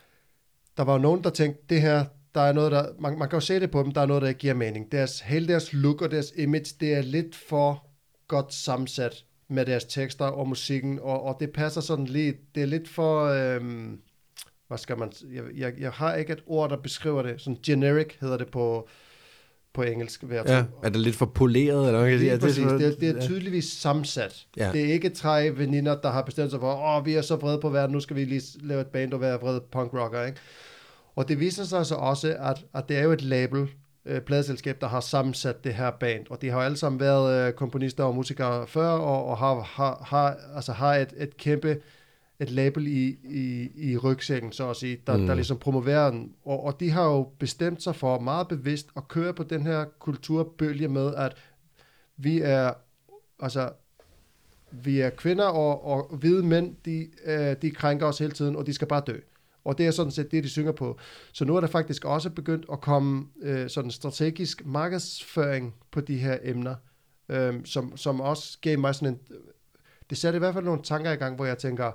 der var jo nogen, der tænkte, det her, der er noget, der, man, man kan jo se det på dem, der er noget, der ikke giver mening. Deres, hele deres look og deres image, det er lidt for godt sammensat med deres tekster og musikken, og, og det passer sådan lidt, det er lidt for, øhm, hvad skal man, jeg, jeg, jeg har ikke et ord, der beskriver det, sådan generic hedder det på, på engelsk. Ja, er det lidt for poleret? Eller hvad kan sige? Præcis, det, det, det er tydeligvis sammensat. Ja. Det er ikke tre veninder, der har bestemt sig for, åh, vi er så vrede på verden, nu skal vi lige lave et band og være vrede punkrocker, ikke? Og det viser sig så også, at, at det er jo et label, øh, pladeselskab, der har sammensat det her band, og de har alle sammen været øh, komponister og musikere før, og, og har, har, har, altså har et, et kæmpe et label i, i, i rygsækken, så at sige, der, Mm. der ligesom promoverer den. Og, og de har jo bestemt sig for meget bevidst at køre på den her kulturbølge med, at vi er, altså, vi er kvinder, og, og hvide mænd, de, øh, de krænker os hele tiden, og de skal bare dø. Og det er sådan set det, de synger på. Så nu er der faktisk også begyndt at komme øh, sådan strategisk markedsføring på de her emner, øh, som, som også gav mig sådan en... Det satte i hvert fald nogle tanker i gang, hvor jeg tænker,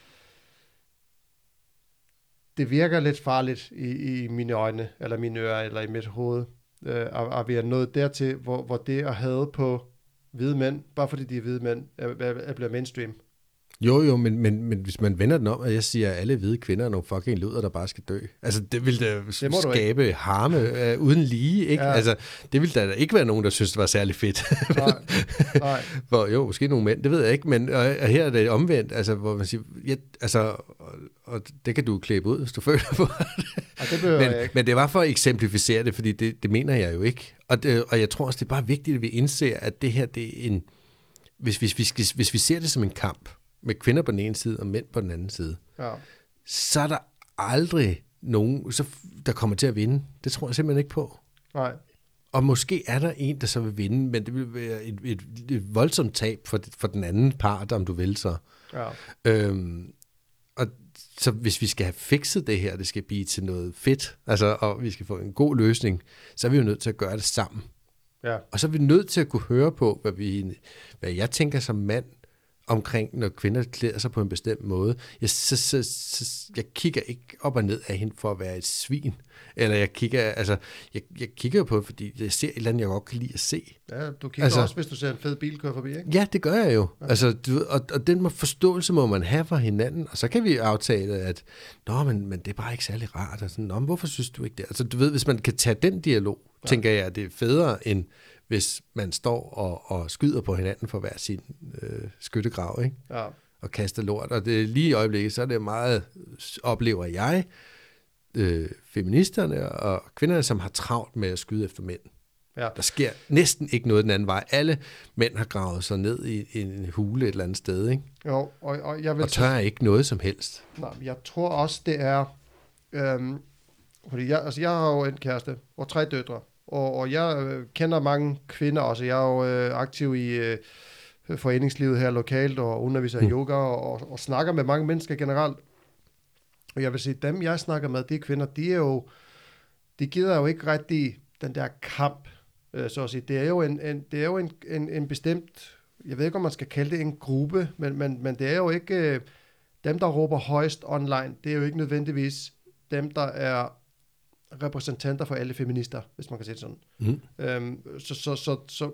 det virker lidt farligt i, i mine øjne, eller mine ører, eller i mit hoved, øh, og, og vi er nået dertil, hvor, hvor det at have på hvide mænd, bare fordi de er hvide mænd, er, er, er blevet mainstream. Jo, jo, men, men, men hvis man vender den om, at jeg siger, at alle hvide kvinder er nogle fucking luder, der bare skal dø. Altså, det vil da det skabe ikke. harme uh, uden lige, ikke? Ja. Altså, det vil da ikke være nogen, der synes, det var særlig fedt. Nej, nej. Hvor, jo, måske nogle mænd, det ved jeg ikke, men og, og her er det omvendt, altså, hvor man siger, ja, altså, og, og det kan du klæbe ud, hvis du føler på det. Ja, det behøver men, jeg ikke. Men det var for at eksemplificere det, fordi det, det mener jeg jo ikke. Og, det, og jeg tror også, det er bare vigtigt, at vi indser, at det her, det er en, hvis, hvis, hvis, hvis vi ser det som en kamp, med kvinder på den ene side og mænd på den anden side, ja. så er der aldrig nogen, så, der kommer til at vinde. Det tror jeg simpelthen ikke på. Nej. Og måske er der en, der så vil vinde, men det vil være et, et, et voldsomt tab for, for den anden part, om du vil så. Ja. Øhm, og så hvis vi skal have fikset det her, det skal blive til noget fedt, altså, og vi skal få en god løsning, så er vi jo nødt til at gøre det sammen. Ja. Og så er vi nødt til at kunne høre på, hvad, vi, hvad jeg tænker som mand, omkring, når kvinder klæder sig på en bestemt måde. Jeg, så, så, så, jeg kigger ikke op og ned af hende for at være et svin. Eller jeg kigger, altså, jeg, jeg kigger jo på det, fordi jeg ser et eller andet, jeg godt kan lide at se. Ja, du kigger altså, også, hvis du ser en fed bil køre forbi, ikke? Ja, det gør jeg jo. Ja. Altså, du, og, og den forståelse må man have for hinanden, og så kan vi aftale, at nå, men, men det er bare ikke særlig rart. Og sådan, nå, men hvorfor synes du ikke det? Altså, du ved, hvis man kan tage den dialog, ja. tænker jeg, at det er federe, end hvis man står og, og skyder på hinanden for hver sin øh, skyttegrav, ikke? Ja. Og kaster lort. Og det, lige i øjeblikket, så er det meget, oplever jeg, øh, feministerne og kvinderne, som har travlt med at skyde efter mænd. Ja. Der sker næsten ikke noget den anden vej. Alle mænd har gravet sig ned i, i en hule et eller andet sted, ikke? Jo, og, og jeg vil... Og tør ikke noget som helst. Nej, jeg tror også, det er... Øhm, fordi jeg, altså jeg har jo en kæreste og tre døtre. Og, og jeg øh, kender mange kvinder også. Jeg er jo øh, aktiv i øh, foreningslivet her lokalt og underviser i mm. yoga og, og, og snakker med mange mennesker generelt. Og jeg vil sige, dem jeg snakker med, de kvinder, de er jo, de gider jo ikke rigtig den der kamp, øh, så at sige. Det er jo en, en, det er jo en, en, en bestemt, jeg ved ikke, om man skal kalde det en gruppe, men, men, men det er jo ikke øh, dem, der råber højst online. Det er jo ikke nødvendigvis dem, der er repræsentanter for alle feminister, hvis man kan sige det sådan. Mm. Øhm, så, så, så, så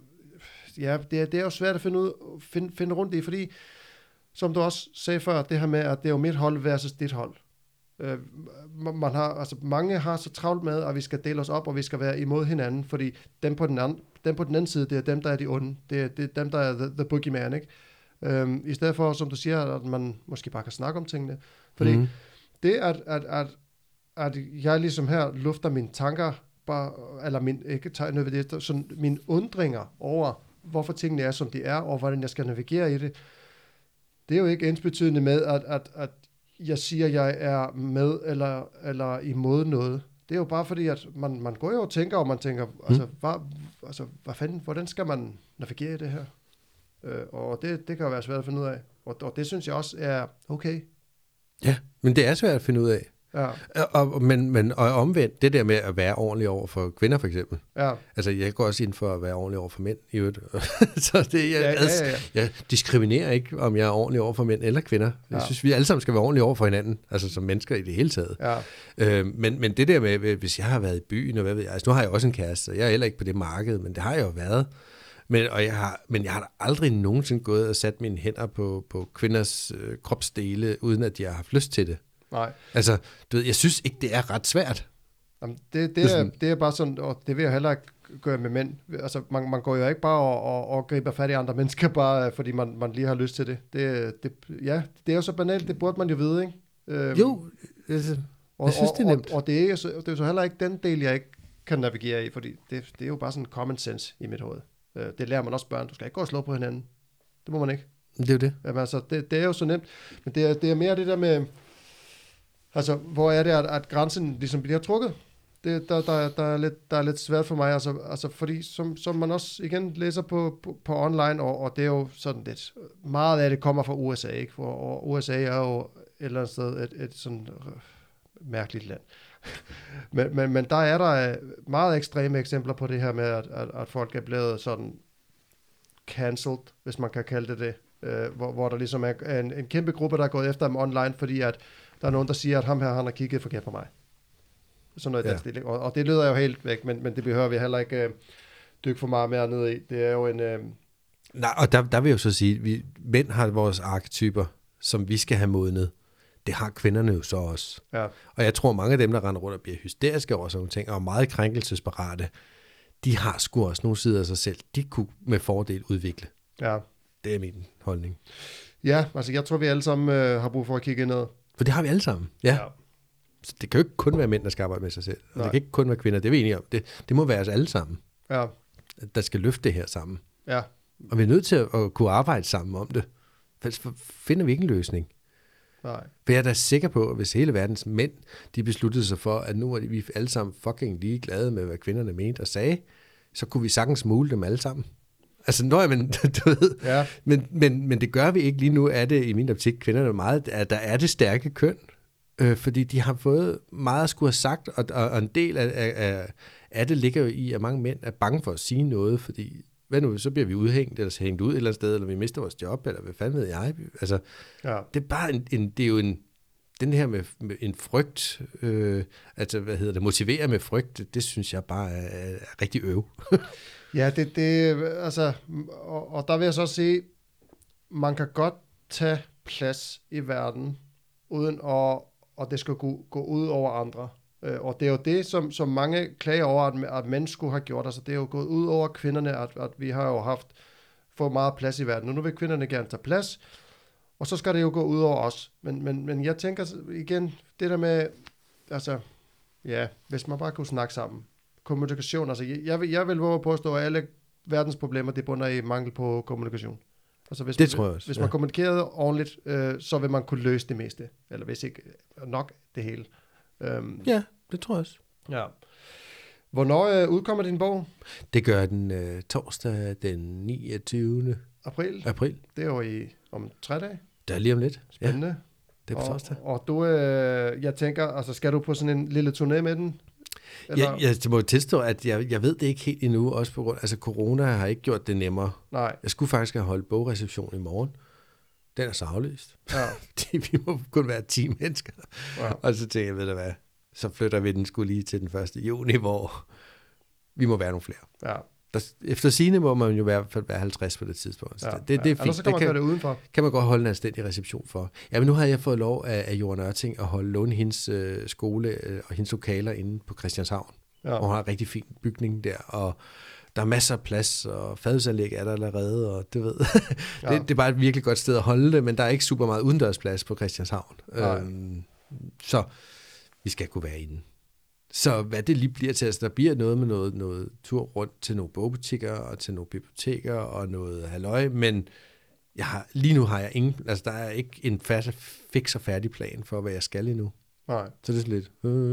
ja, det er, det er jo svært at finde, ud, finde, finde rundt i, fordi som du også sagde før, det her med, at det er jo mit hold versus dit hold. Øh, man har, altså mange har så travlt med, at vi skal dele os op, og vi skal være imod hinanden, fordi dem på den anden, dem på den anden side, det er dem, der er de onde. Det er, det er dem, der er the, the boogeyman, ikke? Øhm, I stedet for, som du siger, at man måske bare kan snakke om tingene. Fordi mm. det, at, at, at at jeg ligesom her lufter mine tanker, bare, eller min, ikke nødvendigvis, sådan mine undringer over, hvorfor tingene er, som de er, og hvordan jeg skal navigere i det. Det er jo ikke ensbetydende med, at, at, at jeg siger, at jeg er med eller, eller imod noget. Det er jo bare fordi, at man, man går jo og tænker, og man tænker, mm. altså, hvad, altså, hvad fanden, hvordan skal man navigere i det her? Øh, og det, det kan jo være svært at finde ud af. Og, og det synes jeg også er okay. Ja, men det er svært at finde ud af. Ja. Og, men, men og omvendt, det der med at være ordentlig over for kvinder for eksempel. Ja. Altså, jeg går også ind for at være ordentlig over for mænd i øvrigt. Så det, jeg, ja, ja, ja, ja. jeg diskriminerer ikke, om jeg er ordentlig over for mænd eller kvinder. Jeg ja. synes, vi alle sammen skal være ordentlige over for hinanden, altså som mennesker i det hele taget. Ja. Øh, men, men det der med, hvis jeg har været i byen, og hvad ved jeg, altså nu har jeg også en kæreste, så jeg er heller ikke på det marked, men det har jeg jo været. Men, og jeg har, men jeg har da aldrig nogensinde gået og sat mine hænder på, på kvinders øh, kropsdele, uden at jeg har haft lyst til det. Nej. Altså, du ved, jeg synes ikke, det er ret svært. Jamen, det, det, er, det er bare sådan, og det vil jeg heller ikke gøre med mænd. Altså, man, man går jo ikke bare og, og, og griber fat i andre mennesker, bare fordi man, man lige har lyst til det. det, det ja, det er jo så banalt, det burde man jo vide, ikke? Øhm, jo, altså, og, jeg synes, det er nemt. Og, og det, er så, det er så heller ikke den del, jeg ikke kan navigere i, fordi det, det er jo bare sådan common sense i mit hoved. Det lærer man også børn. Du skal ikke gå og slå på hinanden. Det må man ikke. Det er jo det. Jamen, altså, det, det er jo så nemt, men det er, det er mere det der med, altså, hvor er det, at, at grænsen ligesom bliver trukket? Det, der, der, der, er lidt, der er lidt svært for mig, altså, altså fordi som, som man også igen læser på, på, på online, og, og det er jo sådan lidt, meget af det kommer fra U S A, ikke? For, og U S A er jo et eller andet sted et, et sådan øh, mærkeligt land. men, men, men der er der meget ekstreme eksempler på det her med, at, at, at folk er blevet sådan cancelled, hvis man kan kalde det det, øh, hvor, hvor der ligesom er en, en kæmpe gruppe, der er gået efter dem online, fordi at der er nogen, der siger, at ham her, han har kigget forkert på mig. Sådan noget ja. Den stil, og, og det lyder jo helt væk, men, men det behøver vi heller ikke øh, dykke for meget mere ned i. Det er jo en... Øh... Nej, og der, der vil jeg jo så sige, at vi mænd har vores arketyper, som vi skal have modnet. Det har kvinderne jo så også. Ja. Og jeg tror, mange af dem, der render rundt og bliver hysteriske over sådan nogle ting, og er meget krænkelsesparate, de har sgu også nogle sider af sig selv. De kunne med fordel udvikle. Ja. Det er min holdning. Ja, altså jeg tror, vi alle sammen øh, har brug for at kigge indad. For det har vi alle sammen, ja. ja. Så det kan jo ikke kun være mænd, der skal arbejde med sig selv. Og det kan ikke kun være kvinder, det er vi enige om. Det, det må være os alle sammen, ja. Der skal løfte det her sammen. Ja. Og vi er nødt til at, at kunne arbejde sammen om det. For finder vi ikke en løsning. Nej. For jeg er da sikker på, at hvis hele verdens mænd, de besluttede sig for, at nu er vi alle sammen fucking ligeglade med, hvad kvinderne mente og sagde, så kunne vi sagtens mule dem alle sammen. Altså, når jeg, men, du ved, ja. men, men, men det gør vi ikke lige nu, er det i min optik, kvinderne meget, at der er det stærke køn, øh, fordi de har fået meget at skulle have sagt, og, og, og en del af, af, af det ligger jo i, at mange mænd er bange for at sige noget, fordi hvad nu, så bliver vi udhængt, eller så hængt ud et eller andet sted, eller vi mister vores job, eller hvad fanden ved jeg. Altså, ja. Det er bare en, en, det er jo en, den her med, med en frygt, øh, altså hvad hedder det, motivere med frygt, det, det synes jeg bare er, er rigtig øv. Ja, det, det altså, og, og der vil jeg så sige, man kan godt tage plads i verden, uden at, at det skal gå, gå ud over andre. Og det er jo det, som, som mange klager over, at, at mænd skulle have gjort. Altså, det er jo gået ud over kvinderne, at, at vi har jo haft for meget plads i verden. Og nu vil kvinderne gerne tage plads, og så skal det jo gå ud over os. Men, men, men jeg tænker igen, det der med, altså, ja, hvis man bare kunne snakke sammen. Kommunikation, altså, jeg vil, jeg vil våge påstå, at alle verdens problemer, det bunder i mangel på kommunikation. Altså, hvis det man, tror jeg også, Hvis ja. man kommunikerede ordentligt, øh, så vil man kunne løse det meste. Eller hvis ikke nok det hele. Um, ja, det tror jeg også. Ja. Hvornår øh, udkommer din bog? Det gør den øh, torsdag den niogtyvende april. april. Det er jo i, om tre dage. Det er lige om lidt. Spændende. Ja, det er på og, torsdag. Og du, øh, jeg tænker, altså skal du på sådan en lille turné med den? Eller? Jeg, jeg må tilstå, at jeg, jeg ved det ikke helt endnu, også på grund, altså corona har ikke gjort det nemmere. Nej. Jeg skulle faktisk have holdt bogreception i morgen. Den er så aflyst. Ja. Vi må kun være ti mennesker. Ja. Og så tænker jeg, ved du hvad, så flytter vi den skulle lige til den første juni, hvor vi må være nogle flere. Ja. Der, efter sigende må man jo i hvert fald være halvtreds på det tidspunkt. Ja. Det, det, det er fint. Ellers så kan man gøre det udenfor. Kan man godt holde en anstændig reception for. Ja, men nu har jeg fået lov af, af Jorden Ørting at holde låne hendes øh, skole øh, og hendes lokaler inde på Christianshavn. Ja. Og hun har en rigtig fin bygning der, og der er masser af plads, og fadelsanlæg er der allerede, og du ved, ja. det, det er bare et virkelig godt sted at holde det, men der er ikke super meget udendørsplads på Christianshavn. Øhm, så vi skal kunne være inde. Så hvad det lige bliver til, altså der bliver noget med noget, noget tur rundt til nogle bogbutikker, og til nogle biblioteker, og noget halløj, men jeg har, lige nu har jeg ingen, altså der er ikke en færdig, fix og færdig plan for, hvad jeg skal endnu. Nej. Så det er sådan lidt...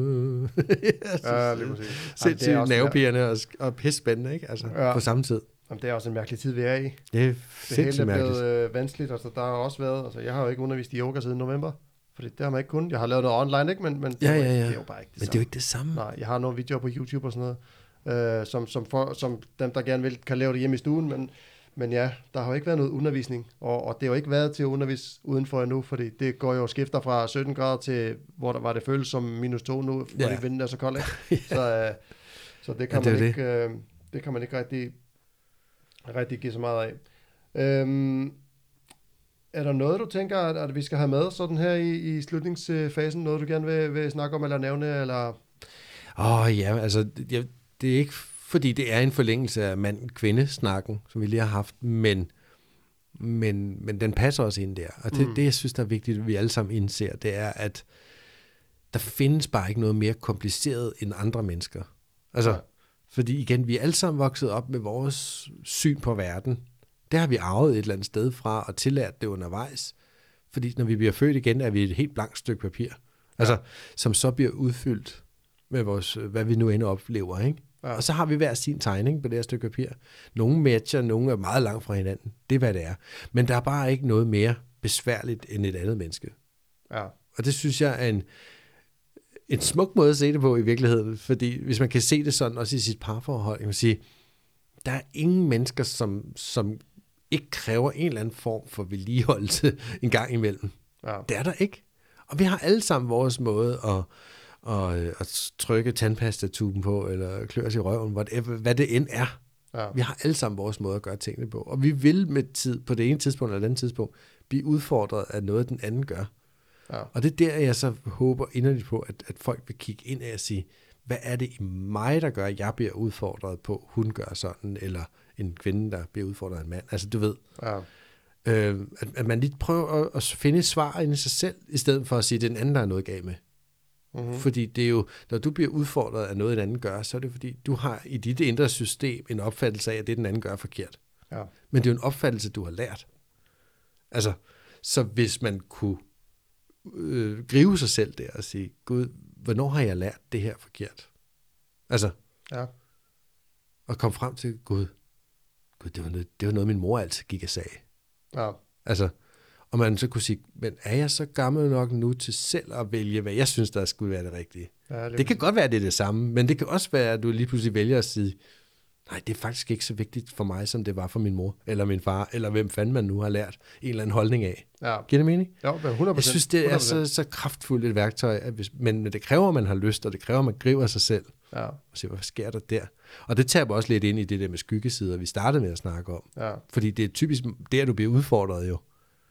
ja, lige præcis. Sindssygt nervepirrende og, og pissespændende, ikke? Altså, ja. På samme tid. Jamen, det er også en mærkelig tid, vi er i. Det er sindssygt mærkeligt. Det hele er blevet øh, vanskeligt. Altså, der har også været... Altså, jeg har jo ikke undervist i yoga siden november. Fordi det har man ikke kunnet. Jeg har lavet noget online, ikke? Men, men det, ja, ja, ja, ja. det er jo bare ikke det men samme. det er jo ikke det samme. Nej, jeg har nogle videoer på YouTube og sådan noget, øh, som, som, for, som dem, der gerne vil, kan lave det hjemme i stuen. Men, men ja, der har jo ikke været noget undervisning. Og, og det har jo ikke været til at undervise udenfor endnu, fordi det går jo skifter fra sytten grader til, hvor der var det føles som minus to nu, ja. fordi vinden er så kold, ikke? så, øh, så det kan ja, det man ikke, øh, det kan man ikke rigtig, rigtig give så meget af. Øhm, Er der noget, du tænker, at, at vi skal have med sådan her i, i slutningsfasen? Noget, du gerne vil, vil snakke om eller nævne? Eller? Åh oh, ja, altså det, det er ikke, fordi det er en forlængelse af mand-kvinde-snakken, som vi lige har haft, men, men, men den passer også ind der. Og det, mm. det, jeg synes, der er vigtigt, at vi alle sammen indser, det er, at der findes bare ikke noget mere kompliceret end andre mennesker. Altså, ja. Fordi igen, vi er alle sammen vokset op med vores syn på verden, Det har vi arvet et eller andet sted fra, og tillært det undervejs. Fordi når vi bliver født igen, er vi et helt blankt stykke papir. Altså, ja. Som så bliver udfyldt med vores, hvad vi nu end oplever, ikke? Ja. Og så har vi hver sin tegning på det her stykke papir. Nogle matcher, nogle er meget langt fra hinanden. Det er, hvad det er. Men der er bare ikke noget mere besværligt end et andet menneske. Ja. Og det synes jeg er en, en smuk måde at se det på i virkeligheden. Fordi hvis man kan se det sådan, også i sit parforhold, kan man sige, der er ingen mennesker, som, som ikke kræver en eller anden form for vedligeholdelse en gang imellem. Ja. Det er der ikke. Og vi har alle sammen vores måde at, at, at trykke tandpastatuben på, eller klø os i røven, whatever, hvad det end er. Ja. Vi har alle sammen vores måde at gøre tingene på. Og vi vil med tid, på det ene tidspunkt eller det andet tidspunkt, blive udfordret af noget, den anden gør. Ja. Og det er der, jeg så håber inderligt på, at, at folk vil kigge ind af og sige, hvad er det i mig, der gør, at jeg bliver udfordret på, hun gør sådan, eller en kvinde, der bliver udfordret af en mand. Altså, du ved, ja. øh, at, at man lige prøver at, at finde et svar inde i sig selv, i stedet for at sige, at det er den anden, der er noget galt med. Mm-hmm. Fordi det er jo, når du bliver udfordret af noget, en anden gør, så er det fordi, du har i dit indre system en opfattelse af, at det, den anden gør, forkert. Ja. Men det er jo en opfattelse, du har lært. Altså, så hvis man kunne øh, gribe sig selv der og sige, Gud, hvornår har jeg lært det her forkert? Altså, ja. Og komme frem til, Gud, Gud det, var noget, det var noget, min mor altid gik og sagde. Ja. Altså, og man så kunne sige, men er jeg så gammel nok nu til selv at vælge, hvad jeg synes, der skulle være det rigtige? Ja, det, det kan godt være, det er det samme, men det kan også være, at du lige pludselig vælger at sige, nej, det er faktisk ikke så vigtigt for mig, som det var for min mor, eller min far, eller hvem fanden man nu har lært en eller anden holdning af. Ja. Giver det mening? Ja, hundrede procent. Jeg synes, det er så, så kraftfuldt et værktøj, at hvis, men det kræver, at man har lyst, og det kræver, at man griber sig selv, ja. Og siger, hvad sker der der? Og det taber også lidt ind i det der med skyggesider, vi startede med at snakke om. Ja. Fordi det er typisk der, du bliver udfordret jo,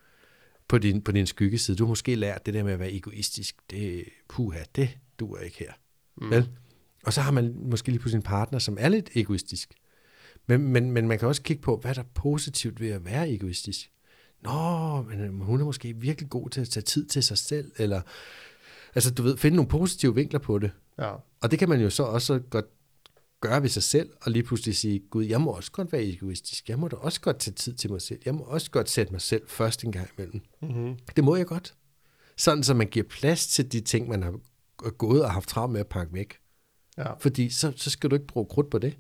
på din, på din skyggeside. Du har måske lært det der med at være egoistisk. Det, puha, det duer ikke her. Mm. Vel? Og så har man måske lige på sin partner, som er lidt egoistisk. Men, men, men man kan også kigge på, hvad er der positivt ved at være egoistisk? Nå, men hun er måske virkelig god til at tage tid til sig selv, eller altså, du ved, finde nogle positive vinkler på det. Ja. Og det kan man jo så også godt gøre ved sig selv, og lige pludselig sige, Gud, jeg må også godt være egoistisk. Jeg må da også godt tage tid til mig selv. Jeg må også godt sætte mig selv først en gang imellem. Mm-hmm. Det må jeg godt. Sådan, så man giver plads til de ting, man har gået og haft travlt med at pakke væk. Ja. Fordi så, så skal du ikke bruge krudt på det.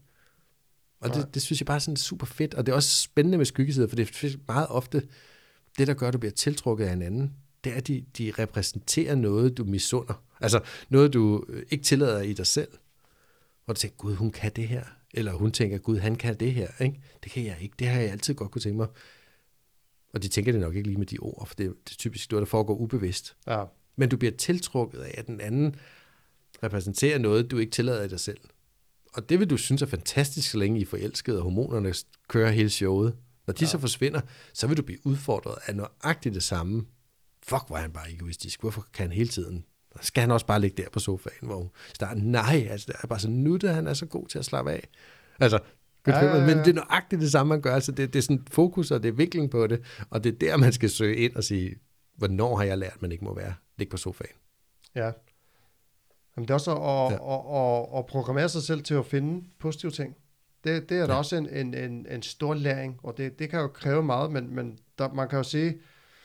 Og det, det synes jeg bare er sådan super fedt, og det er også spændende med skyggesider, for det er meget ofte, det der gør, at du bliver tiltrukket af en anden, det er, at de, de repræsenterer noget, du misunder. Altså noget, du ikke tillader i dig selv. Og du tænker, Gud, hun kan det her. Eller hun tænker, Gud, han kan det her. Ikke? Det kan jeg ikke. Det har jeg altid godt kunne tænke mig. Og de tænker det nok ikke lige med de ord, for det, det er typisk noget, der foregår ubevidst. Ja. Men du bliver tiltrukket af, at den anden repræsenterer noget, du ikke tillader i dig selv. Og det vil du synes er fantastisk, så længe I er forelskede, og hormonerne kører hele showet. Når de ja. så forsvinder, så vil du blive udfordret af nøjagtigt det samme. Fuck, hvor er han bare egoistisk. Hvorfor kan han hele tiden? Skal han også bare ligge der på sofaen, hvor hun starter? Nej, altså det er bare så nuttet, han er så god til at slappe af. Altså, ja, ja, ja. Men det er nøjagtigt det samme, man gør. Altså det, det er sådan fokus, og det er vikling på det, og det er der, man skal søge ind og sige, hvornår har jeg lært, man ikke må være ligge på sofaen? Ja. Jamen, det er også at, ja. at, at, at programmere sig selv til at finde positive ting. Det, det er da ja. også en, en, en, en stor læring, og det, det kan jo kræve meget, men, men der, man kan jo sige,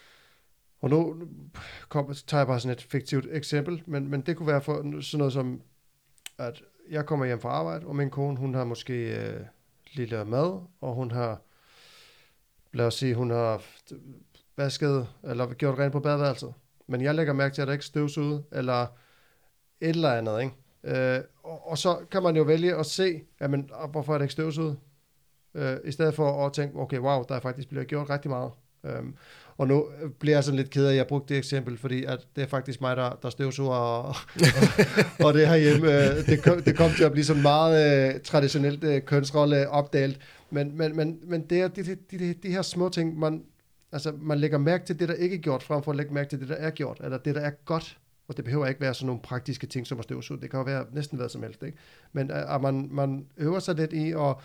og nu kom, tager jeg bare sådan et fiktivt eksempel, men, men det kunne være for sådan noget som, at jeg kommer hjem fra arbejde, og min kone, hun har måske øh, lige lavet mad, og hun har, lad os sige, hun har vasket, eller gjort rent på badeværelset, men jeg lægger mærke til, at der ikke støvs ud, eller et eller andet, ikke? Øh, og, og så kan man jo vælge at se, jamen, hvorfor er det ikke støvsuget? Øh, I stedet for at tænke, okay, wow, der er faktisk blevet gjort rigtig meget. Øhm, og nu bliver jeg sådan lidt ked af, at jeg brugte det eksempel, fordi at det er faktisk mig, der, der støvsuger, og, og, og det herhjemme, øh, det, kom, det kom til at blive sådan meget øh, traditionelt øh, kønsrolle opdelt, men, men, men, men det er de, de, de, de her små ting, man, altså, man lægger mærke til det, der ikke er gjort, frem for at lægge mærke til det, der er gjort, eller det, der er godt. Og det behøver ikke være sådan nogle praktiske ting, som at støvsuge. Det kan jo være næsten hvad som helst, ikke? Men at man, man øver sig lidt i at,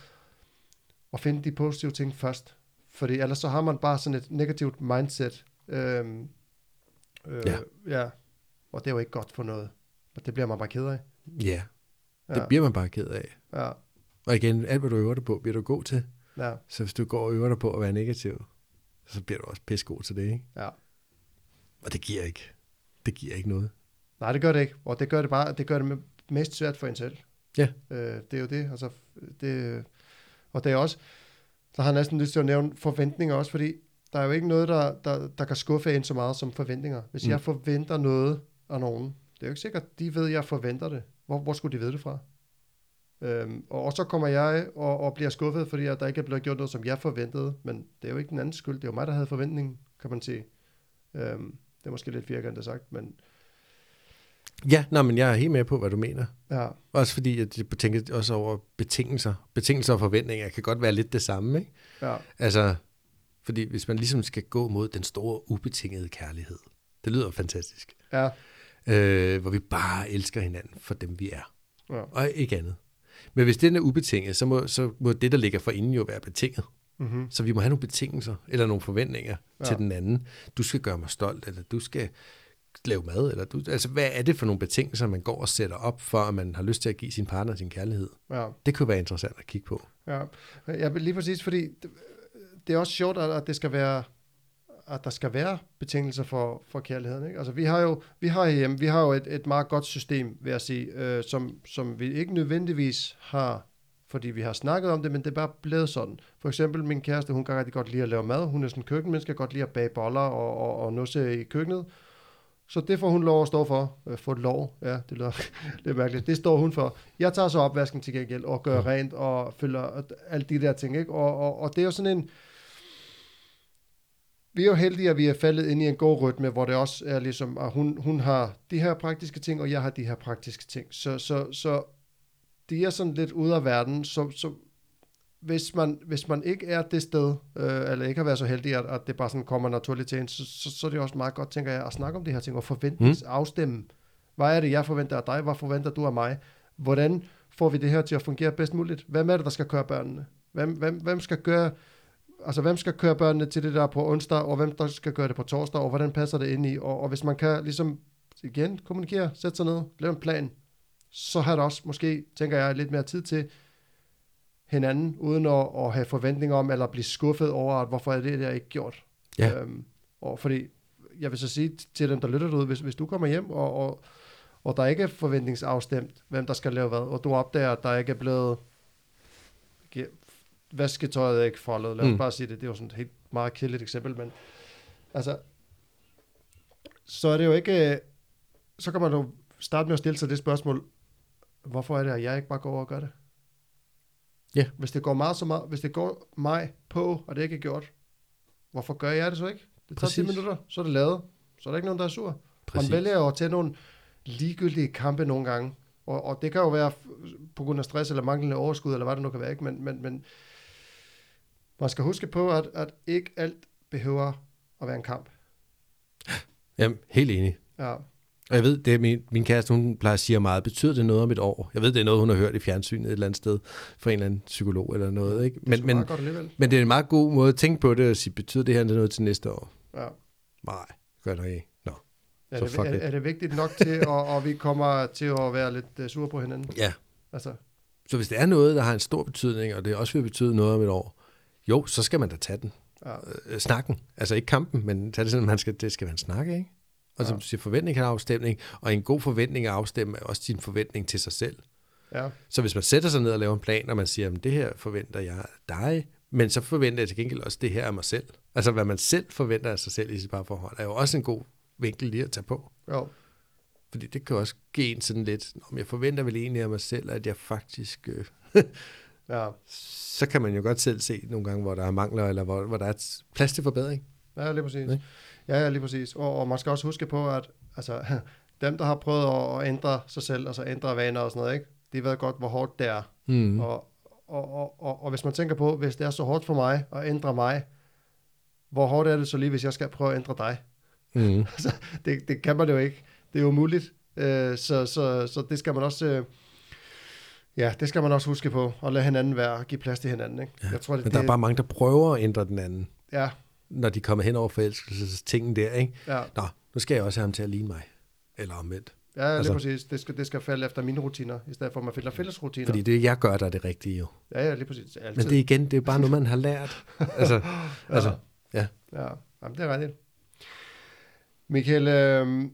at finde de positive ting først. Fordi ellers så har man bare sådan et negativt mindset. Øhm, øh, ja. ja. Og det er jo ikke godt for noget. Og det bliver man bare ked af. Ja, det ja. bliver man bare ked af. Ja. Og igen, alt hvad du øver dig på, bliver du god til. Ja. Så hvis du går og øver dig på at være negativ, så bliver du også pissegod til det, ikke? Ja. Og det giver ikke. Det giver ikke noget. Nej, det gør det ikke. Og det gør det bare, det gør det mest svært for en selv. Ja. Øh, det er jo det. Altså, det. Og det er også, så har jeg næsten lyst til at nævne forventninger også, fordi der er jo ikke noget, der, der, der kan skuffe en så meget som forventninger. Hvis mm. jeg forventer noget af nogen, det er jo ikke sikkert, at de ved, at jeg forventer det. Hvor, hvor skulle de vide det fra? Øhm, og, og så kommer jeg og, og bliver skuffet, fordi at der ikke er blevet gjort noget, som jeg forventede. Men det er jo ikke den andens skyld. Det er jo mig, der havde forventningen, kan man sige. Øhm, det er måske lidt firkantet sagt, men... Ja, nej, men jeg er helt med på, hvad du mener. Ja. Også fordi, at jeg tænker også over betingelser. Betingelser og forventninger kan godt være lidt det samme, ikke? Ja. Altså, fordi hvis man ligesom skal gå mod den store, ubetingede kærlighed. Det lyder fantastisk. Ja. Øh, hvor vi bare elsker hinanden for dem, vi er. Ja. Og ikke andet. Men hvis den er ubetinget, så må, så må det, der ligger for inden, jo være betinget. Mm-hmm. Så vi må have nogle betingelser, eller nogle forventninger ja. til den anden. Du skal gøre mig stolt, eller du skal lave mad, eller du, altså hvad er det for nogle betingelser, man går og sætter op, for at man har lyst til at give sin partner sin kærlighed? Ja. Det kunne være interessant at kigge på. Ja, ja lige præcis, fordi det, det er også sjovt, at det skal være, at der skal være betingelser for, for kærligheden, ikke? Altså vi har jo, vi har hjemme, vi har jo et, et meget godt system, vil jeg sige, øh, som, som vi ikke nødvendigvis har, fordi vi har snakket om det, men det er bare blevet sådan. For eksempel min kæreste, hun kan rigtig godt lide at lave mad, hun er sådan en køkkenmenneske, kan godt lide at bage boller og, og, og nusse i køkkenet. Så det får hun lov at stå for. Øh, få et lov. Ja, det lyder lidt mærkeligt. Det står hun for. Jeg tager så opvasken til gengæld, og gør rent, og følger alle de der ting, ikke? Og, og, og det er jo sådan en... Vi er jo heldige, at vi er faldet ind i en god rytme, hvor det også er ligesom, at hun, hun har de her praktiske ting, og jeg har de her praktiske ting. Så, så, så de er sådan lidt ude af verden, så... så Hvis man, hvis man ikke er det sted, øh, eller ikke har været så heldig, at, at det bare sådan kommer naturligt til en, så, så, så er det også meget godt, tænker jeg, at snakke om de her ting, og forventningsafstemme. Mm. Hvad er det, jeg forventer af dig? Hvad forventer du af mig? Hvordan får vi det her til at fungere bedst muligt? Hvem er det, der skal køre børnene? Hvem, hvem, hvem skal køre, altså hvem skal køre børnene til det der på onsdag, og hvem der skal gøre det på torsdag, og hvordan passer det ind i? Og, og hvis man kan ligesom, igen, kommunikere, sætte sig ned, lave en plan, så har det også måske, tænker jeg, lidt mere tid til hinanden, uden at, at have forventninger om, eller blive skuffet over, at hvorfor er det, der ikke gjort. Ja. Øhm, og fordi, jeg vil så sige til dem, der lytter derude, hvis, hvis du kommer hjem, og, og, og der ikke er forventningsafstemt, hvem der skal lave hvad, og du opdager, at der ikke er blevet vasketøjet er ikke foldet, lad os mm. bare sige det, det er jo sådan et helt meget kedeligt eksempel, men altså, så er det jo ikke, så kan man jo starte med at stille sig det spørgsmål, hvorfor er det, at jeg ikke bare går over og gør det? Ja. Hvis det går meget så meget, hvis det går mig på, og det ikke er gjort, hvorfor gør jeg det så ikke? Det tager ti minutter, så er det lavet. Så er der ikke nogen, der er sur. Præcis. Man vælger jo at tage nogle ligegyldige kampe nogle gange. Og, og det kan jo være på grund af stress, eller manglende overskud, eller hvad det nu kan være. Ikke? Men, men, men man skal huske på, at, at ikke alt behøver at være en kamp. Jamen, helt enig. Ja. Og jeg ved, det er min, min kæreste, hun plejer at sige meget, betyder det noget om et år? Jeg ved, det er noget, hun har hørt i fjernsynet et eller andet sted, fra en eller anden psykolog eller noget, ikke? Men, men, men det er en meget god måde at tænke på det, og sige, betyder det her noget til næste år? Ja. Nej, gør det ikke. Nå. Er, Så det, er, er det vigtigt nok til, og, og vi kommer til at være lidt uh, sure på hinanden? Ja. Altså. Så hvis det er noget, der har en stor betydning, og det også vil betyde noget om et år, jo, så skal man da tage den. Ja. Øh, snakken. Altså ikke kampen, men tage det sådan, man skal, det skal være en snak, ikke? Og som ja. du siger, forventningsafstemning, og en god forventning at afstemme er også din forventning til sig selv. Ja. Så hvis man sætter sig ned og laver en plan, og man siger, at det her forventer jeg af dig, men så forventer jeg til gengæld også det her af mig selv. Altså hvad man selv forventer af sig selv i sit parforhold, er jo også en god vinkel lige at tage på. Jo. Fordi det kan også give en sådan lidt, om jeg forventer vel egentlig af mig selv, at jeg faktisk... Øh, ja. Så kan man jo godt selv se nogle gange, hvor der er mangler, eller hvor, hvor der er plads til forbedring. Ja, lige præcis. Ja. Ja, ja, lige præcis. Og, og man skal også huske på, at altså, dem, der har prøvet at ændre sig selv, altså ændre vaner og sådan noget, ikke? De ved godt, hvor hårdt det er. Mm. Og, og, og, og, og hvis man tænker på, hvis det er så hårdt for mig at ændre mig, hvor hårdt er det så lige, hvis jeg skal prøve at ændre dig? Mm. altså, det, det kan man jo ikke. Det er jo umuligt. Uh, så, så, så det skal man også... Uh, ja, det skal man også huske på, og lade hinanden være, og give plads til hinanden, ikke? Ja. Jeg tror, det, Men der det, er bare mange, der prøver at ændre den anden. Ja. Når de kommer hen over forelskelsestingen der, ikke? Ja. Nå, nu skal jeg også have ham til at ligne mig. Eller omvendt. Ja, lige Altså- præcis. Det skal, det skal falde efter mine rutiner, i stedet for at man finder fælles rutiner. Fordi det, jeg gør, der er det rigtige jo. Ja, ja, lige præcis. Altid. Men det er igen, det er bare noget, man har lært. Altså, ja. altså ja. Ja, jamen, det er rigtigt. Michael, øh,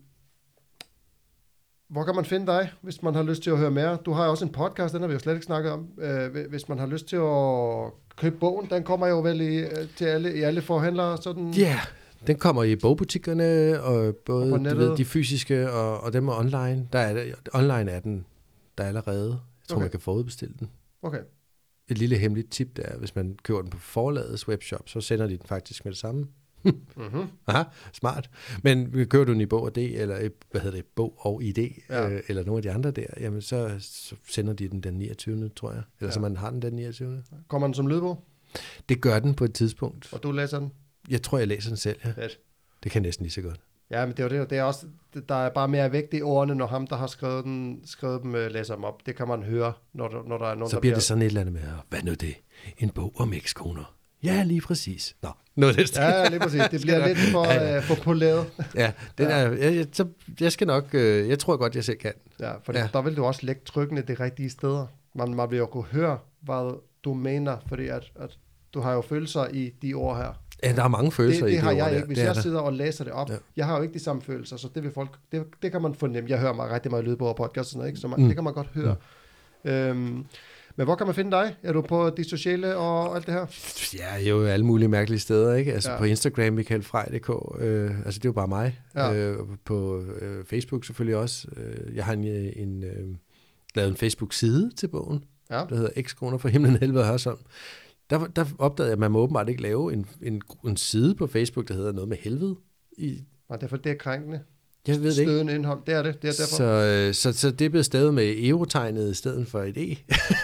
hvor kan man finde dig, hvis man har lyst til at høre mere? Du har jo også en podcast, den har vi jo slet ikke snakket om. Øh, hvis man har lyst til at købe bogen, den kommer jo vel i, til alle, i alle forhandlere. Sådan. Ja, yeah, den kommer i bogbutikkerne, og både Og du ved, de fysiske og, og dem er online. Der er det, online er den der er allerede. Jeg tror, Okay. man kan forudbestille den. Okay. Et lille hemmeligt tip der, hvis man køber den på forlagets webshop, så sender de den faktisk med det samme. Mm-hmm. Aha, smart. Men køber du den i Bog og D, eller i, hvad hedder det, Bog og I D, Ja. øh, eller nogle af de andre der, jamen så, så sender de den den niogtyvende, tror jeg. Eller Ja. så man har den den niogtyvende. Kommer den som lydbog, Det gør den på et tidspunkt. og du læser den? Jeg tror, jeg læser den selv, ja. Fedt. Det kan jeg næsten lige så godt. Ja, men det er jo det. Det er også, der er bare mere vægt i ordene, når ham, der har skrevet, den, skrevet dem, øh, læser dem op. Det kan man høre, når, der- når der er nogen, Så der bliver det sådan et eller andet med, hvad nu det? En bog om ekskoner. Ja, lige præcis. Nå, noget af det. Ja, lige præcis. Det bliver lidt for, Ja, ja. øh, for poleret. Ja, den Ja. er, jeg, jeg, så jeg skal nok, øh, jeg tror godt, jeg selv kan. Ja, for Ja. ja. der vil du også lægge trykkene de rigtige steder. Man, man vil jo kunne høre, hvad du mener, fordi at, at du har jo følelser i de ord her. Ja, der er mange følelser Det, i det har det jeg ord der. ikke. Hvis Det er jeg der. sidder og læser det op, Ja. ja. jeg har jo ikke de samme følelser, så det vil folk, det, det kan man fornemme. Jeg hører mig rigtig meget lydbog og podcast, og sådan noget, ikke? Så man, Mm. det kan man godt høre. Øhm, men hvor kan man finde dig? Er du på de sociale og alt det her? Ja, jo alle mulige mærkelige steder, ikke? Altså Ja. ja. på Instagram, Michael Frey punktum d k, øh, altså det er jo bare mig. Ja. Øh, på øh, Facebook selvfølgelig også. Øh, jeg har en, en øh, lavet en Facebook-side til bogen, Ja. der hedder Ekskoner for himlen, helvede og Hørsholm. Der, der opdagede jeg, at man må åbenbart ikke lave en, en, en side på Facebook, der hedder noget med helvede. I, Nej, det er for det er krænkende. jeg ved det ikke. Stødende indhold. Det er det. Det er derfor. Så, øh, så, så det er blevet stavet med eurotegnet i stedet for et E.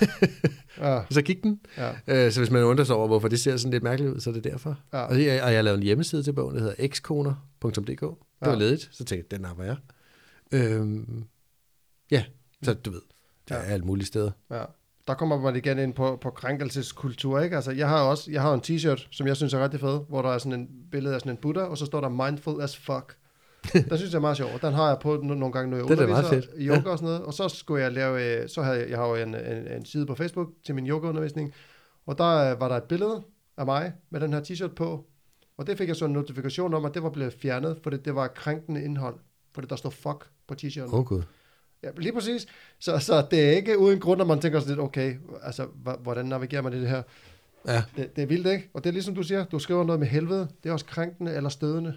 Ja, Så gik den. ja, Øh, så hvis man undrer sig over, hvorfor det ser sådan lidt mærkeligt ud, så er det derfor. ja. Og, jeg, og jeg har lavet en hjemmeside til bogen, der hedder ekskoner punktum d k. Det var Ja. ledigt, så tænkte jeg, den napper jeg. Øhm, ja, så du ved, der Ja. er alle mulige steder. Ja. Der kommer man igen ind på, på krænkelseskultur, ikke? Altså, jeg har også jeg har en t-shirt, som jeg synes er rigtig fed, hvor der er sådan en billede af sådan en Buddha, og så står der mindful as fuck. Den synes jeg er meget sjov. Den har jeg på no- nogle gange, når jeg Det er da meget underviser fedt. i yoga og sådan noget. Og så skulle jeg lave, øh, så havde jeg, jeg har jo en, en, en side på Facebook til min yogaundervisning, og der øh, var der et billede af mig med den her t-shirt på, og det fik jeg så en notifikation om, at det var blevet fjernet, fordi det var krænkende indhold, fordi der står fuck på t-shirten. Åh oh, gud. Ja, lige præcis. Så, så det er ikke uden grund, at man tænker sådan lidt, okay, altså, h- hvordan navigerer man i det her? Ja, Det, det er vildt, ikke? Og det er ligesom du siger, du skriver noget med helvede, det er også krænkende eller stødende.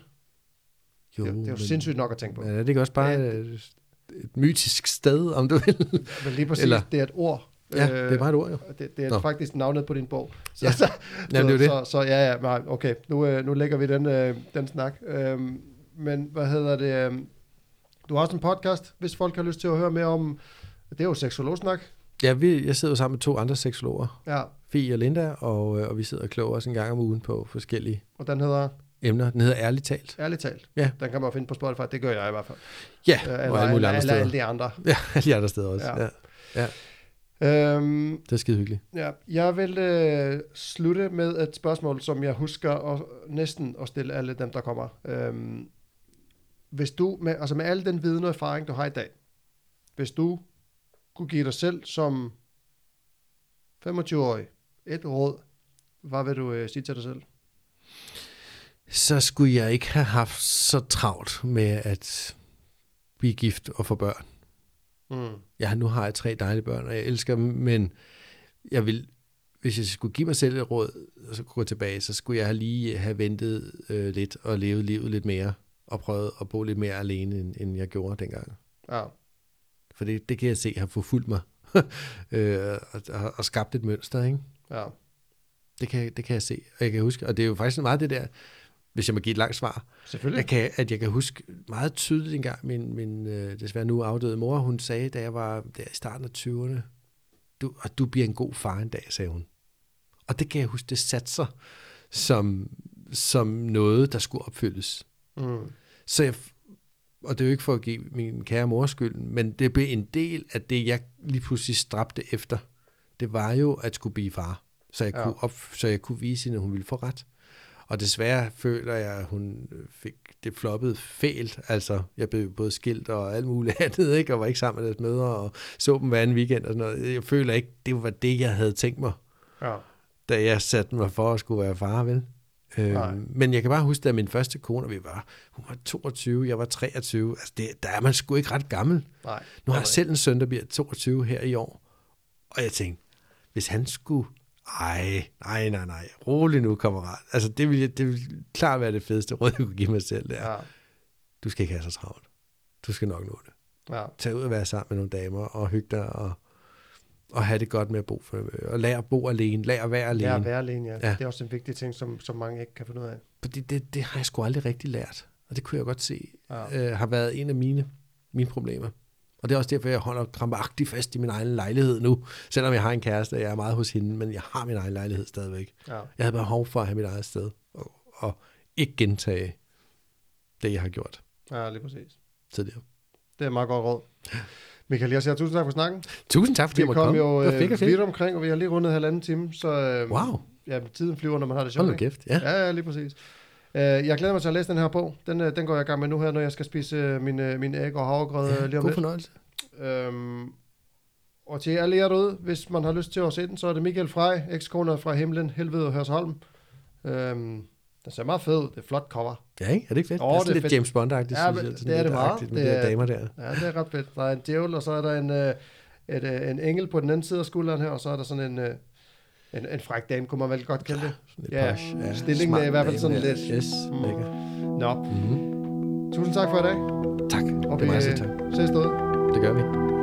jo. det, det er jo sindssygt nok at tænke på. Men er det ikke også bare et, et mytisk sted, om du vil? Men lige præcis, Eller- det er et ord. Ja, det er bare et ord, jo. Det, det er Nå. faktisk navnet på din bog. Så, Ja. så, Jamen, det er jo det. så, så ja, ja, nej, okay, nu, øh, nu lægger vi den, øh, den snak. Øhm, men hvad hedder det? Øh, du har også en podcast, hvis folk har lyst til at høre mere om, det er jo seksologsnak. Ja, vi, jeg sidder jo sammen med to andre seksologer, Ja, Fie og Linda, og, øh, og vi sidder og kloger os en gang om ugen på forskellige og den hedder emner. Den hedder Ærligt talt. Ærligt talt. Ja. Den kan man jo finde på Spotify, det gør jeg i hvert fald. Ja, Øh, og alle mulige andre eller steder. alle de andre. Ja, alle de andre steder også. Ja. Ja. Ja, Øhm, det er skide hyggeligt. ja, jeg vil øh, slutte med et spørgsmål, som jeg husker at, næsten at stille alle dem, der kommer. Øhm, hvis du, med, altså med al den viden og erfaring, du har i dag, hvis du kunne give dig selv som femogtyve-årig et råd, hvad vil du øh, sige til dig selv? Så skulle jeg ikke have haft så travlt med at blive gift og få børn. Mm. Ja, nu har jeg tre dejlige børn, og jeg elsker dem, men jeg vil, hvis jeg skulle give mig selv et råd, og så gå tilbage, så skulle jeg lige have ventet øh, lidt og levet livet lidt mere, og prøvet at bo lidt mere alene, end, end jeg gjorde dengang. Ja, For det, det kan jeg se har forfulgt mig, øh, og, og, og skabt et mønster, ikke? ja, Det kan, det kan jeg se, og jeg kan huske, og det er jo faktisk meget det der, hvis jeg må give et langt svar, selvfølgelig. jeg kan, at jeg kan huske meget tydeligt en gang, min, min øh, desværre nu afdøde mor, hun sagde, da jeg var der i starten af tyverne, du, og du bliver en god far en dag, sagde hun. Og det kan jeg huske, det satte sig som, som noget, der skulle opfyldes. Mm. Så jeg, og det er jo ikke for at give min kære mor skyld, men det blev en del af det, jeg lige pludselig stræbte efter. Det var jo at skulle blive far, så jeg, Ja. kunne, op, så jeg kunne vise hende, at hun ville få ret. Og desværre føler jeg, at hun fik det floppet fælt. Altså, jeg blev både skilt og alt muligt andet, ikke? Og var ikke sammen med deres mødre, og så dem hver anden weekend og sådan noget. Jeg føler ikke, det var det, jeg havde tænkt mig, ja. Da jeg satte mig for at skulle være far, vel? Øhm, men jeg kan bare huske, at min første kone, vi var, hun var toogtyve, jeg var treogtyve. Altså, det, der er man sgu ikke ret gammel. Nej, nu har jeg selv en søn, der bliver toogtyve her i år. Og jeg tænkte, hvis han skulle... Ej, nej, nej, nej. Rolig nu, kammerat. Altså, det ville, det ville klart være det fedeste råd, jeg kunne give mig selv. Der. Ja. Du skal ikke have så travlt. Du skal nok nå det. Ja. Tag ud og være sammen med nogle damer, og hygge dig, og, og have det godt med at bo for dem. Og lære at bo alene. Lære at være alene. Lære at være alene, ja. ja. Det er også en vigtig ting, som, som mange ikke kan finde ud af. Fordi det, det har jeg sgu aldrig rigtig lært. Og det kunne jeg godt se, ja. øh, har været en af mine, mine problemer. Og det er også derfor, jeg holder krampagtigt fast i min egen lejlighed nu. Selvom jeg har en kæreste, og jeg er meget hos hende, men jeg har min egen lejlighed stadigvæk. Ja. Jeg havde behov for at have mit eget sted, og, og ikke gentage det, jeg har gjort. Ja, lige præcis. Tidligere. Det er et meget godt råd. Michael, jeg siger tusind tak for snakken. Tusind tak, fordi jeg måtte komme. Vi kom jo øh, vidt omkring, og vi har lige rundet halvanden time, så øh, wow. Ja, tiden flyver, når man har det sjovt. Hold da kæft, ja. Ja, ja, lige præcis. Jeg glæder mig til at læse den her bog. Den, den går jeg i gang med nu her, når jeg skal spise mine, mine æg og havregrød ja, lige om god lidt. Fornøjelse. Øhm, og til alle jer derude, hvis man har lyst til at se den, så er det Michael Frey, ekskone fra Himlen, Helvede og Hørsholm. Øhm, den ser meget fed ud. Det er flot cover. Ja, ikke? Er det ikke fedt? Oh, det er, det er lidt fedt. James Bond-agtigt, ja, synes jeg. Det, det er det meget. Med det er, damer der. Ja, det er ret fedt. Der er en djævel, og så er der en, øh, et, øh, en engel på den anden side af skulderen her, og så er der sådan en... Øh, En, en fræk dame, kunne man vel godt kalde det. Ja, posh, ja. Stillingen er i hvert fald sådan lidt. Yes, mega. Nå. Mm-hmm. Tusind tak for i dag. Tak. Og det er vi meget så tak. ses derude. Det gør vi.